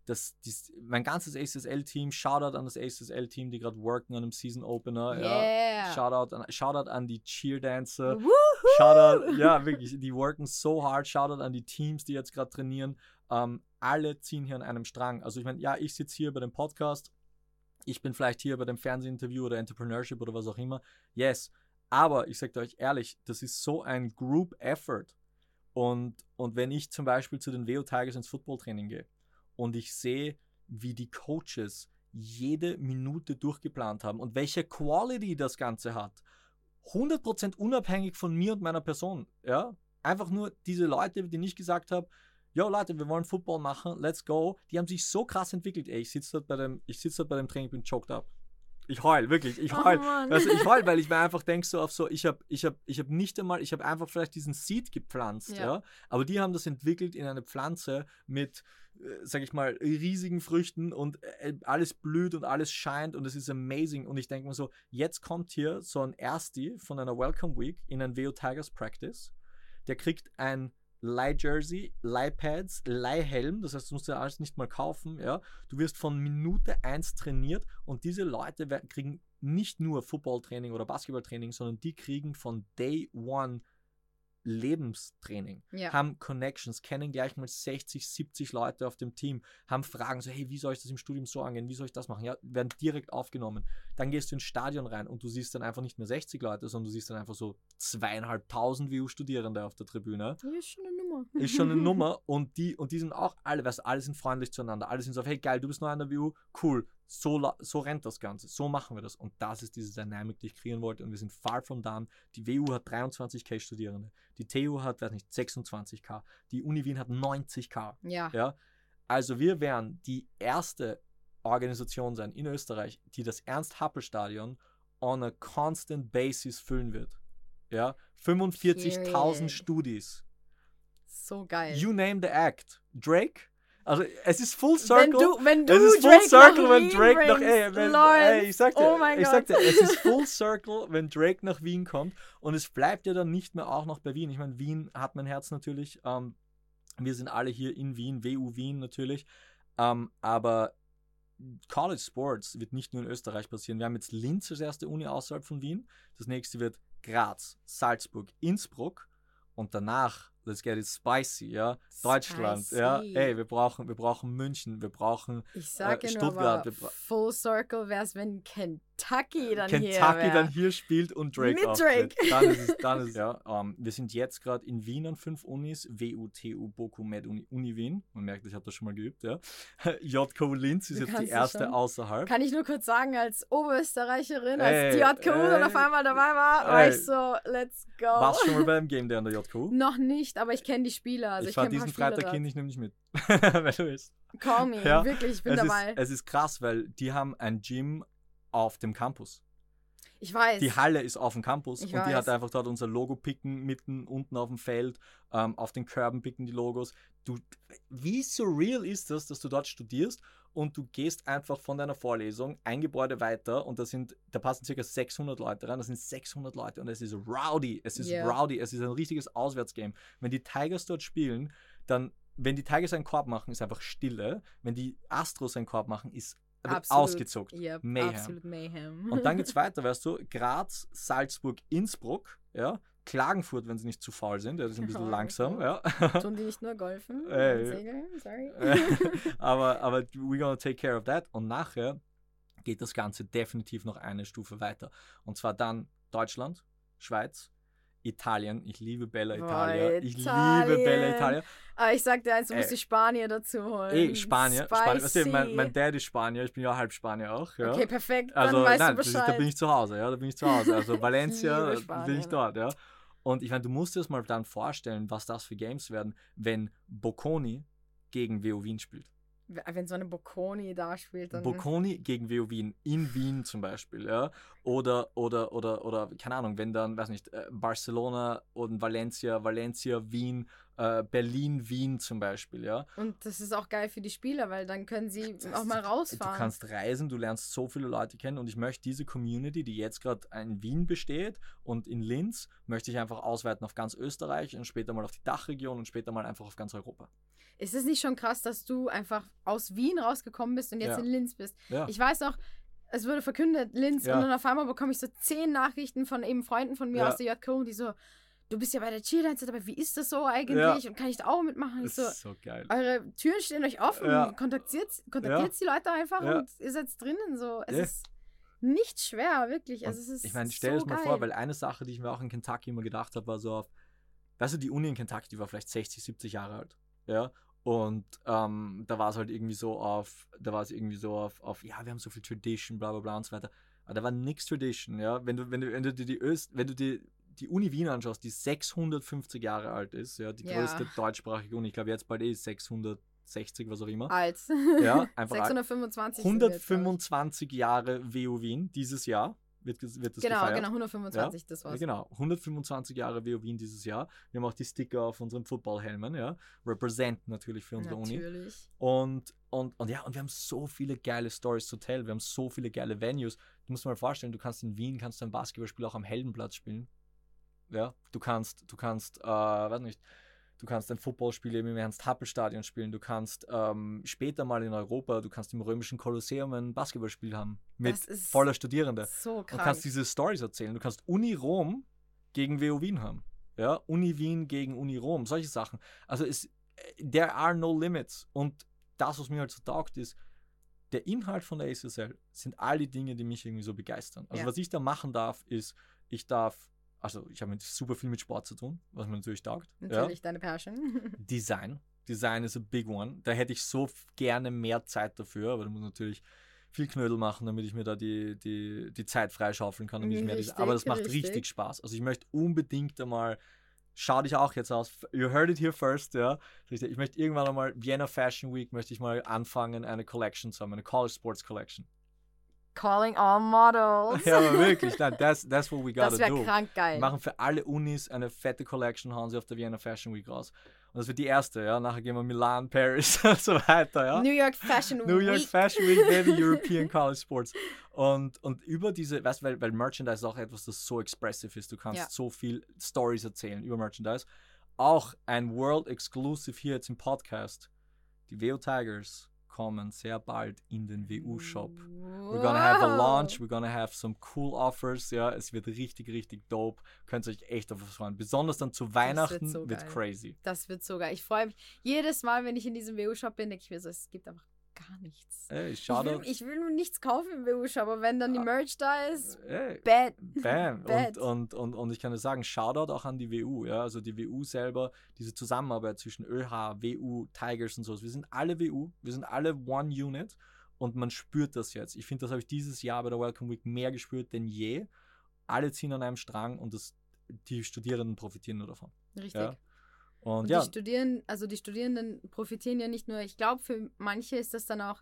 das, dies, mein ganzes A C S L-Team, Shoutout an das A C S L-Team, die gerade worken an einem Season-Opener. Yeah. Ja. Shoutout, an, Shoutout an die Cheerdancer. Woohoo! Shoutout, ja, wirklich, die worken so hard. Shoutout an die Teams, die jetzt gerade trainieren. Ähm, alle ziehen hier an einem Strang. Also ich meine, ja, ich sitze hier bei dem Podcast. Ich bin vielleicht hier bei dem Fernsehinterview oder Entrepreneurship oder was auch immer. Yes. Aber ich sage euch ehrlich, das ist so ein Group-Effort. Und, und wenn ich zum Beispiel zu den W O Tigers ins Footballtraining gehe und ich sehe, wie die Coaches jede Minute durchgeplant haben und welche Quality das Ganze hat, hundert Prozent unabhängig von mir und meiner Person, ja, einfach nur diese Leute, die nicht gesagt haben, yo Leute, wir wollen Football machen, let's go, die haben sich so krass entwickelt, ey, ich sitze dort bei dem, ich sitze dort bei dem Training, bin choked up. Ich heul, wirklich, ich heul. Oh, weißt du, ich heul, weil ich mir einfach denke so auf so, ich habe ich hab, ich hab nicht einmal, ich habe einfach vielleicht diesen Seed gepflanzt, ja. ja, aber die haben das entwickelt in eine Pflanze mit, äh, sag ich mal, riesigen Früchten und äh, alles blüht und alles scheint und es ist amazing und ich denke mir so, jetzt kommt hier so ein Ersti von einer Welcome Week in ein W O Tigers Practice, der kriegt ein Leih-Jersey, Leih-Pads, Leih-Helm, das heißt, du musst ja alles nicht mal kaufen, ja. Du wirst von Minute eins trainiert und diese Leute kriegen nicht nur Football-Training oder Basketball-Training, sondern die kriegen von Day One Lebenstraining, ja. Haben Connections, kennen gleich mal sechzig, siebzig Leute auf dem Team, haben Fragen, so hey, wie soll ich das im Studium so angehen, wie soll ich das machen, ja, werden direkt aufgenommen. Dann gehst du ins Stadion rein und du siehst dann einfach nicht mehr sechzig Leute, sondern du siehst dann einfach so zweieinhalbtausend W U-Studierende auf der Tribüne. Das ist schon eine Nummer. Ist schon eine Nummer und die, und die sind auch alle, weißt du, alle sind freundlich zueinander, alle sind so, hey geil, du bist neu an der W U, cool, so, so rennt das Ganze, so machen wir das und das ist diese Dynamik, die ich kreieren wollte und wir sind far from done. Die W U hat dreiundzwanzig Studierende, die T U hat, weiß nicht, sechsundzwanzig K, die Uni Wien hat neunzig K. Ja. Ja. Also wir werden die erste Organisation sein in Österreich, die das Ernst-Happel-Stadion on a constant basis füllen wird. Ja, fünfundvierzigtausend Studis. So geil. You name the act. Drake? Also es ist full circle. Wenn du, wenn du es ist full Drake circle, nach wenn Wien Drake bringst, nach ey, wenn, Lawrence, ey, ich sag dir, oh mein ich Gott. sag dir, es ist full circle, wenn Drake nach Wien kommt und es bleibt ja dann nicht mehr auch noch bei Wien. Ich meine, Wien hat mein Herz natürlich. Ähm, wir sind alle hier in Wien, W U Wien natürlich. Ähm, aber College Sports wird nicht nur in Österreich passieren. Wir haben jetzt Linz als erste Uni außerhalb von Wien. Das nächste wird Graz, Salzburg, Innsbruck und danach, let's get it spicy, ja, Deutschland, spicy. ja, ey, wir brauchen, wir brauchen München, wir brauchen ich sag äh, ja Stuttgart. Nur, aber Full Circle wäre es, wenn Kentucky dann Kentucky hier Kentucky dann hier spielt und Drake Mit auftritt. Drake. Dann ist es, dann ist es, ja. Um, wir sind jetzt gerade in Wien an fünf Unis, W U, T U, BOKU, Med, Uni, Uni Wien. Man merkt, ich habe das schon mal geübt, ja. J K U Linz ist Du jetzt die erste schon. außerhalb. Kann ich nur kurz sagen, als Oberösterreicherin, als Ey, die J K U ey, dann auf einmal dabei war, war ey. ich so, let's go. Warst du schon mal beim Game Day an der J K U? Noch nicht, aber ich kenne die Spieler. Also ich ich fahre kenn ein diesen paar Spieler Freitag hin, dort. ich nehme dich mit. Wenn du willst. Call me, Ja, wirklich, ich bin es dabei. Ist, es ist krass, weil die haben ein Gym auf dem Campus. Ich weiß. Die Halle ist auf dem Campus Ich und weiß. die hat einfach dort unser Logo picken, mitten unten auf dem Feld, ähm, auf den Körben picken die Logos. Du, wie surreal ist das, dass du dort studierst und du gehst einfach von deiner Vorlesung ein Gebäude weiter und da sind, da passen ca. sechshundert Leute rein, das sind sechshundert Leute und es ist rowdy, es ist Yeah. rowdy, es ist ein richtiges Auswärtsgame. Wenn die Tigers dort spielen, dann, wenn die Tigers einen Korb machen, ist einfach Stille. Wenn die Astros einen Korb machen, ist wird Absolut. ausgezuckt. Yep, Mayhem. absolut Mayhem. Und dann geht's weiter, weißt du, Graz, Salzburg, Innsbruck, ja, Klagenfurt, wenn sie nicht zu faul sind, ja, das ist ein bisschen Oh, langsam, okay. ja. Tun die nicht nur golfen? Ey. und Segeln? Sorry. aber, aber we're gonna take care of that. Und nachher geht das Ganze definitiv noch eine Stufe weiter. Und zwar dann Deutschland, Schweiz, Italien. Ich liebe Bella Boah, Italia. Ich Italien. liebe Bella Italia. Aber ich sag dir eins, du musst Ey. die Spanier dazu holen. Eh, Spanier. Spanier. Weißt du, Spicy. mein, mein Dad ist Spanier, ich bin ja halb Spanier auch. Ja. Okay, perfekt, dann Also, weißt nein, du das ist, da Bescheid. bin ich zu Hause, ja, da bin ich zu Hause. Also Valencia, liebe Spanien. bin ich dort, ja. Und ich meine, du musst dir das mal dann vorstellen, was das für Games werden, wenn Bocconi gegen W U Wien spielt. Wenn so eine Bocconi da spielt, dann... Bocconi gegen W U Wien, in Wien zum Beispiel, ja. Oder, oder, oder, oder, keine Ahnung, wenn dann, weiß nicht, äh, Barcelona und Valencia, Valencia, Wien, äh, Berlin, Wien zum Beispiel, ja. Und das ist auch geil für die Spieler, weil dann können sie Das auch mal heißt, rausfahren. Du kannst reisen, du lernst so viele Leute kennen und ich möchte diese Community, die jetzt gerade in Wien besteht und in Linz, möchte ich einfach ausweiten auf ganz Österreich und später mal auf die Dachregion und später mal einfach auf ganz Europa. Ist es nicht schon krass, dass du einfach aus Wien rausgekommen bist und jetzt Ja. in Linz bist? Ja. Ich weiß noch, es wurde verkündet, Linz, Ja. und dann auf einmal bekomme ich so zehn Nachrichten von eben Freunden von mir Ja. aus der J K, die so, du bist ja bei der Cheerdance dabei, wie ist das so eigentlich Ja. und kann ich da auch mitmachen? Ich Das so, ist so geil. eure Türen stehen euch offen, Ja. kontaktiert, kontaktiert Ja. die Leute einfach Ja. und ihr seid drinnen. So. Es Ja. ist nicht schwer, wirklich. Also Und es ist ich meine, stell so dir das mal geil. vor, weil eine Sache, die ich mir auch in Kentucky immer gedacht habe, war so auf, weißt du, die Uni in Kentucky, die war vielleicht sechzig, siebzig Jahre alt, ja, und ähm, da war es halt irgendwie so auf, da war es irgendwie so auf, auf, ja, wir haben so viel Tradition, bla bla bla und so weiter, aber da war nix Tradition, ja, wenn du, wenn du, wenn du dir die Öst, wenn du dir die Uni Wien anschaust, die sechshundertfünfzig Jahre alt ist, ja, die Ja. größte deutschsprachige Uni, ich glaube jetzt bald eh sechshundertsechzig, was auch immer, Alt. ja, einfach alt. sechshundertfünfundzwanzig sind wir jetzt, glaub ich. hundertfünfundzwanzig Jahre W U Wien dieses Jahr wird, ges- wird das Genau, gefeiert. genau, hundertfünfundzwanzig, das Ja, war's. genau, hundertfünfundzwanzig Jahre W U Wien dieses Jahr. Wir haben auch die Sticker auf unseren Footballhelmen, ja. Represent natürlich für unsere Uni. Natürlich. Und, und, und ja, und wir haben so viele geile Stories zu tell. Wir haben so viele geile Venues. Du musst dir mal vorstellen, du kannst in Wien kannst du ein Basketballspiel auch am Heldenplatz spielen. Ja, du kannst, du kannst, äh, weiß nicht, du kannst ein Footballspiel eben im Ernst-Happel-Stadion spielen. Du kannst ähm, später mal in Europa, du kannst im römischen Kolosseum ein Basketballspiel haben mit Das ist voller Studierende. so Und krank. kannst diese Stories erzählen. Du kannst Uni Rom gegen W U Wien haben. Ja, Uni Wien gegen Uni Rom, solche Sachen. Also es, there are no limits. Und das, was mir halt so taugt, ist, der Inhalt von der A C S L sind all die Dinge, die mich irgendwie so begeistern. Also Ja. was ich da machen darf, ist, ich darf, also ich habe mit super viel mit Sport zu tun, was mir natürlich taugt. Natürlich, deine Passion. Ja. Design. Design ist a big one. Da hätte ich so f- gerne mehr Zeit dafür, aber da muss natürlich viel Knödel machen, damit ich mir da die, die, die Zeit freischaufeln kann. Damit ich mehr Richtig, aber das macht richtig. richtig Spaß. Also ich möchte unbedingt einmal, schau dich auch jetzt aus, you heard it here first, ja. Ich möchte irgendwann einmal, Vienna Fashion Week, möchte ich mal anfangen, eine Collection zu haben, eine College Sports Collection. Calling all models. Ja, aber wirklich, nein, that's, that's what we gotta Das wäre do. krank geil. Wir machen für alle Unis eine fette Collection, hauen sie auf der Vienna Fashion Week raus. Und das wird die erste, ja. Nachher gehen wir Milan, Paris und so weiter, ja. New York Fashion New York Week. Fashion Week, baby, European College Sports. Und, und über diese, weißt du, weil, weil Merchandise ist auch etwas, das so expressive ist. Du kannst Ja. so viel Stories erzählen über Merchandise. Auch ein World Exclusive hier jetzt im Podcast. Die W U Tigers kommen sehr bald in den W U-Shop. We're gonna have a launch, we're gonna have some cool offers, ja, es wird richtig, richtig dope. Könnt ihr euch echt auf was freuen. Besonders dann zu Weihnachten so wird geil. crazy. Das wird so geil. Ich freue mich. Jedes Mal, wenn ich in diesem W U-Shop bin, denke ich mir so, es gibt einfach gar nichts. Ey, Ich Shoutout. will, ich will nur nichts kaufen im W U-Shop, aber wenn dann die Merch da ist, Ey, bad. Bam. Bad. Und, und, und, und ich kann dir sagen, Shoutout auch an die W U. Ja? Also die W U selber, diese Zusammenarbeit zwischen ÖH, W U, Tigers und so. Wir sind alle W U, wir sind alle One Unit und man spürt das jetzt. Ich finde, das habe ich dieses Jahr bei der Welcome Week mehr gespürt denn je. Alle ziehen an einem Strang und das, die Studierenden profitieren nur davon. Richtig. Ja? Und, Und ja, die Studierenden, also die Studierenden profitieren ja nicht nur, ich glaube, für manche ist das dann auch,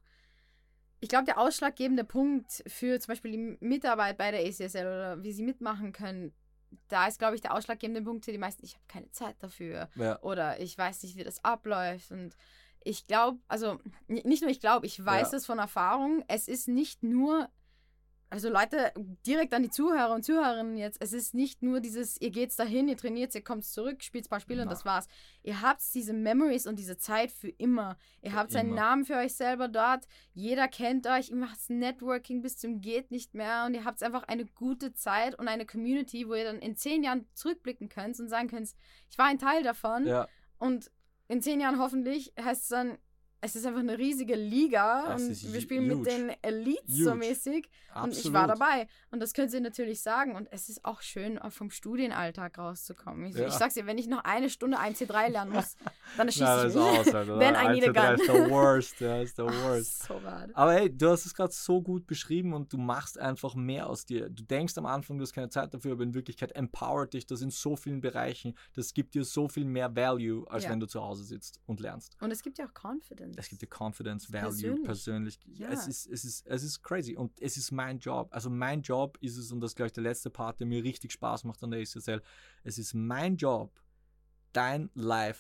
ich glaube, der ausschlaggebende Punkt für zum Beispiel die Mitarbeit bei der A C S L oder wie sie mitmachen können, da ist, glaube ich, der ausschlaggebende Punkt für die meisten, ich habe keine Zeit dafür ja, oder ich weiß nicht, wie das abläuft und ich glaube, also n- nicht nur ich glaube, ich weiß Ja. es von Erfahrung, es ist nicht nur, also Leute, direkt an die Zuhörer und Zuhörerinnen jetzt, es ist nicht nur dieses, ihr geht's dahin, ihr trainiert, ihr kommt zurück, spielt ein paar Spiele und Na. das war's. Ihr habt diese Memories und diese Zeit für immer. Ihr Für habt einen immer. Namen für euch selber dort, jeder kennt euch, ihr macht Networking bis zum geht nicht mehr und ihr habt einfach eine gute Zeit und eine Community, wo ihr dann in zehn Jahren zurückblicken könnt und sagen könnt, ich war ein Teil davon ja, und in zehn Jahren hoffentlich heißt es dann, es ist einfach eine riesige Liga Es und ist wir hu- spielen huge. mit den Elites so Huge. mäßig. Und absolut. ich war dabei. Und das können sie natürlich sagen. Und es ist auch schön, auch vom Studienalltag rauszukommen. Ich, Ja. ich sag's dir, wenn ich noch eine Stunde eins C drei lernen muss, dann Na, schieße das ich ist mich. aus, halt, oder? When I need a eins, zwei, drei gun. ist the worst, ja, ist the Ach, worst. so bad. Aber hey, du hast es gerade so gut beschrieben und du machst einfach mehr aus dir. Du denkst am Anfang, du hast keine Zeit dafür, aber in Wirklichkeit empowert dich das in so vielen Bereichen. Das gibt dir so viel mehr Value, als Ja. wenn du zu Hause sitzt und lernst. Und es gibt ja auch Confidence. Es gibt dir Confidence, Value, Persönlich. persönlich. Ja. Es, ist, es, ist, es ist crazy und es ist mein Job. Also mein Job ist es, und das ist gleich der letzte Part, der mir richtig Spaß macht an der A C S L. Es ist mein Job, dein Life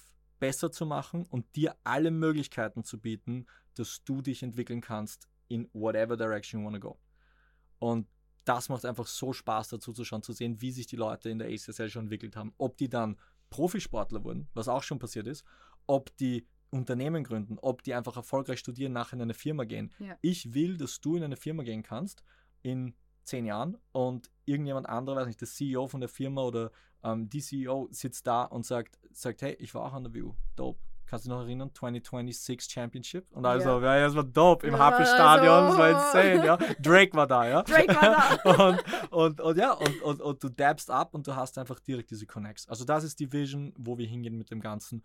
besser zu machen und dir alle Möglichkeiten zu bieten, dass du dich entwickeln kannst in whatever direction you want to go. Und das macht einfach so Spaß dazu zu schauen, zu sehen, wie sich die Leute in der A C S L schon entwickelt haben. Ob die dann Profisportler wurden, was auch schon passiert ist, ob die Unternehmen gründen, ob die einfach erfolgreich studieren, nachher in eine Firma gehen. Ja. Ich will, dass du in eine Firma gehen kannst in zehn Jahren und irgendjemand anderer, weiß nicht, der C E O von der Firma oder ähm, die C E O sitzt da und sagt, sagt, hey, ich war auch an der W U, dope. Kannst du dich noch erinnern? zwanzig sechsundzwanzig Championship? Und also, Ja. ja, das war dope im Ja, Happy-Stadion, das war also- insane, ja. Drake war da, ja. Drake war da. und, und, und ja, und, und, und du dabbst ab und du hast einfach direkt diese Connects. Also das ist die Vision, wo wir hingehen mit dem Ganzen.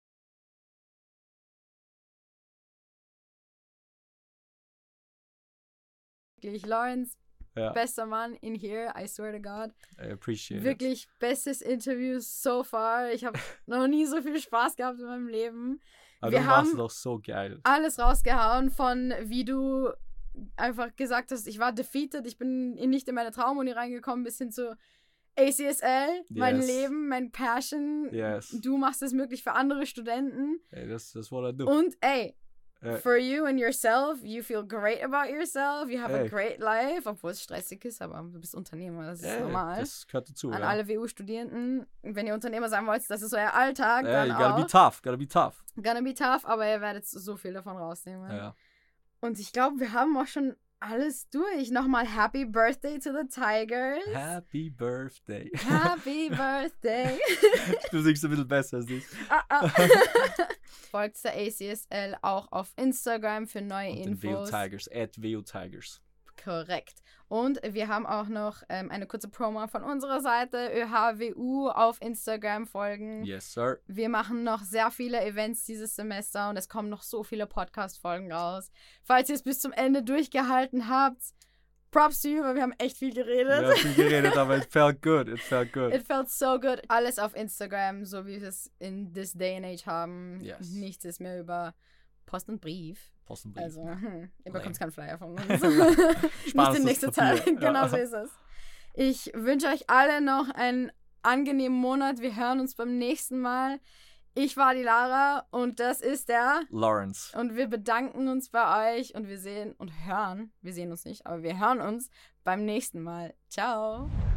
Wirklich, Lawrence, Ja, bester Mann in here, I swear to God. I appreciate Wirklich bestes Interview so far. Ich habe noch nie so viel Spaß gehabt in meinem Leben. it. Aber wir du machst haben- es auch so geil. Alles rausgehauen von, wie du einfach gesagt hast, ich war defeated, ich bin in, nicht in meine Traumuni reingekommen, bis hin zu A C S L, mein Yes. Leben, mein Passion. Yes. Du machst es möglich für andere Studenten. Ey, das ist what I do. Und ey, Äh, for you and yourself, you feel great about yourself, you have a Ey. great life, obwohl es stressig ist, aber du bist Unternehmer, das ist ey, normal. das gehört dazu, An ja. alle W U-Studierenden, wenn ihr Unternehmer sein wollt, das ist euer Alltag, Ey, dann you gotta auch. be tough, gotta be tough. Gonna be tough, aber ihr werdet so viel davon rausnehmen. Ja. Und ich glaube, wir haben auch schon alles durch. Nochmal Happy Birthday to the Tigers. Happy Birthday. Happy Birthday. Du singst ein bisschen besser als ich. ah, ah. Folgt der A C S L auch auf Instagram für neue Und den W U Infos. Tigers, at W U Tigers. Korrekt. Und wir haben auch noch ähm, eine kurze Promo von unserer Seite, Ö H W U, auf Instagram folgen. Yes, sir. Wir machen noch sehr viele Events dieses Semester und es kommen noch so viele Podcast-Folgen raus. Falls ihr es bis zum Ende durchgehalten habt, Props to you, weil wir haben echt viel geredet. Wir haben viel geredet, aber it felt good, it felt good. It felt so good. Alles auf Instagram, so wie wir es in this day and age haben. Yes. Nichts ist mehr über Post und Brief. Post und Brief. Also, hm, ihr bekommt Lame. keinen Flyer von uns. Spanisches Nicht in nächster Papier. Zeit. Genau Ja. so ist es. Ich wünsche euch alle noch einen angenehmen Monat. Wir hören uns beim nächsten Mal. Ich war die Lara und das ist der. Lawrence. Und wir bedanken uns bei euch und wir sehen und hören, wir sehen uns nicht, aber wir hören uns beim nächsten Mal. Ciao.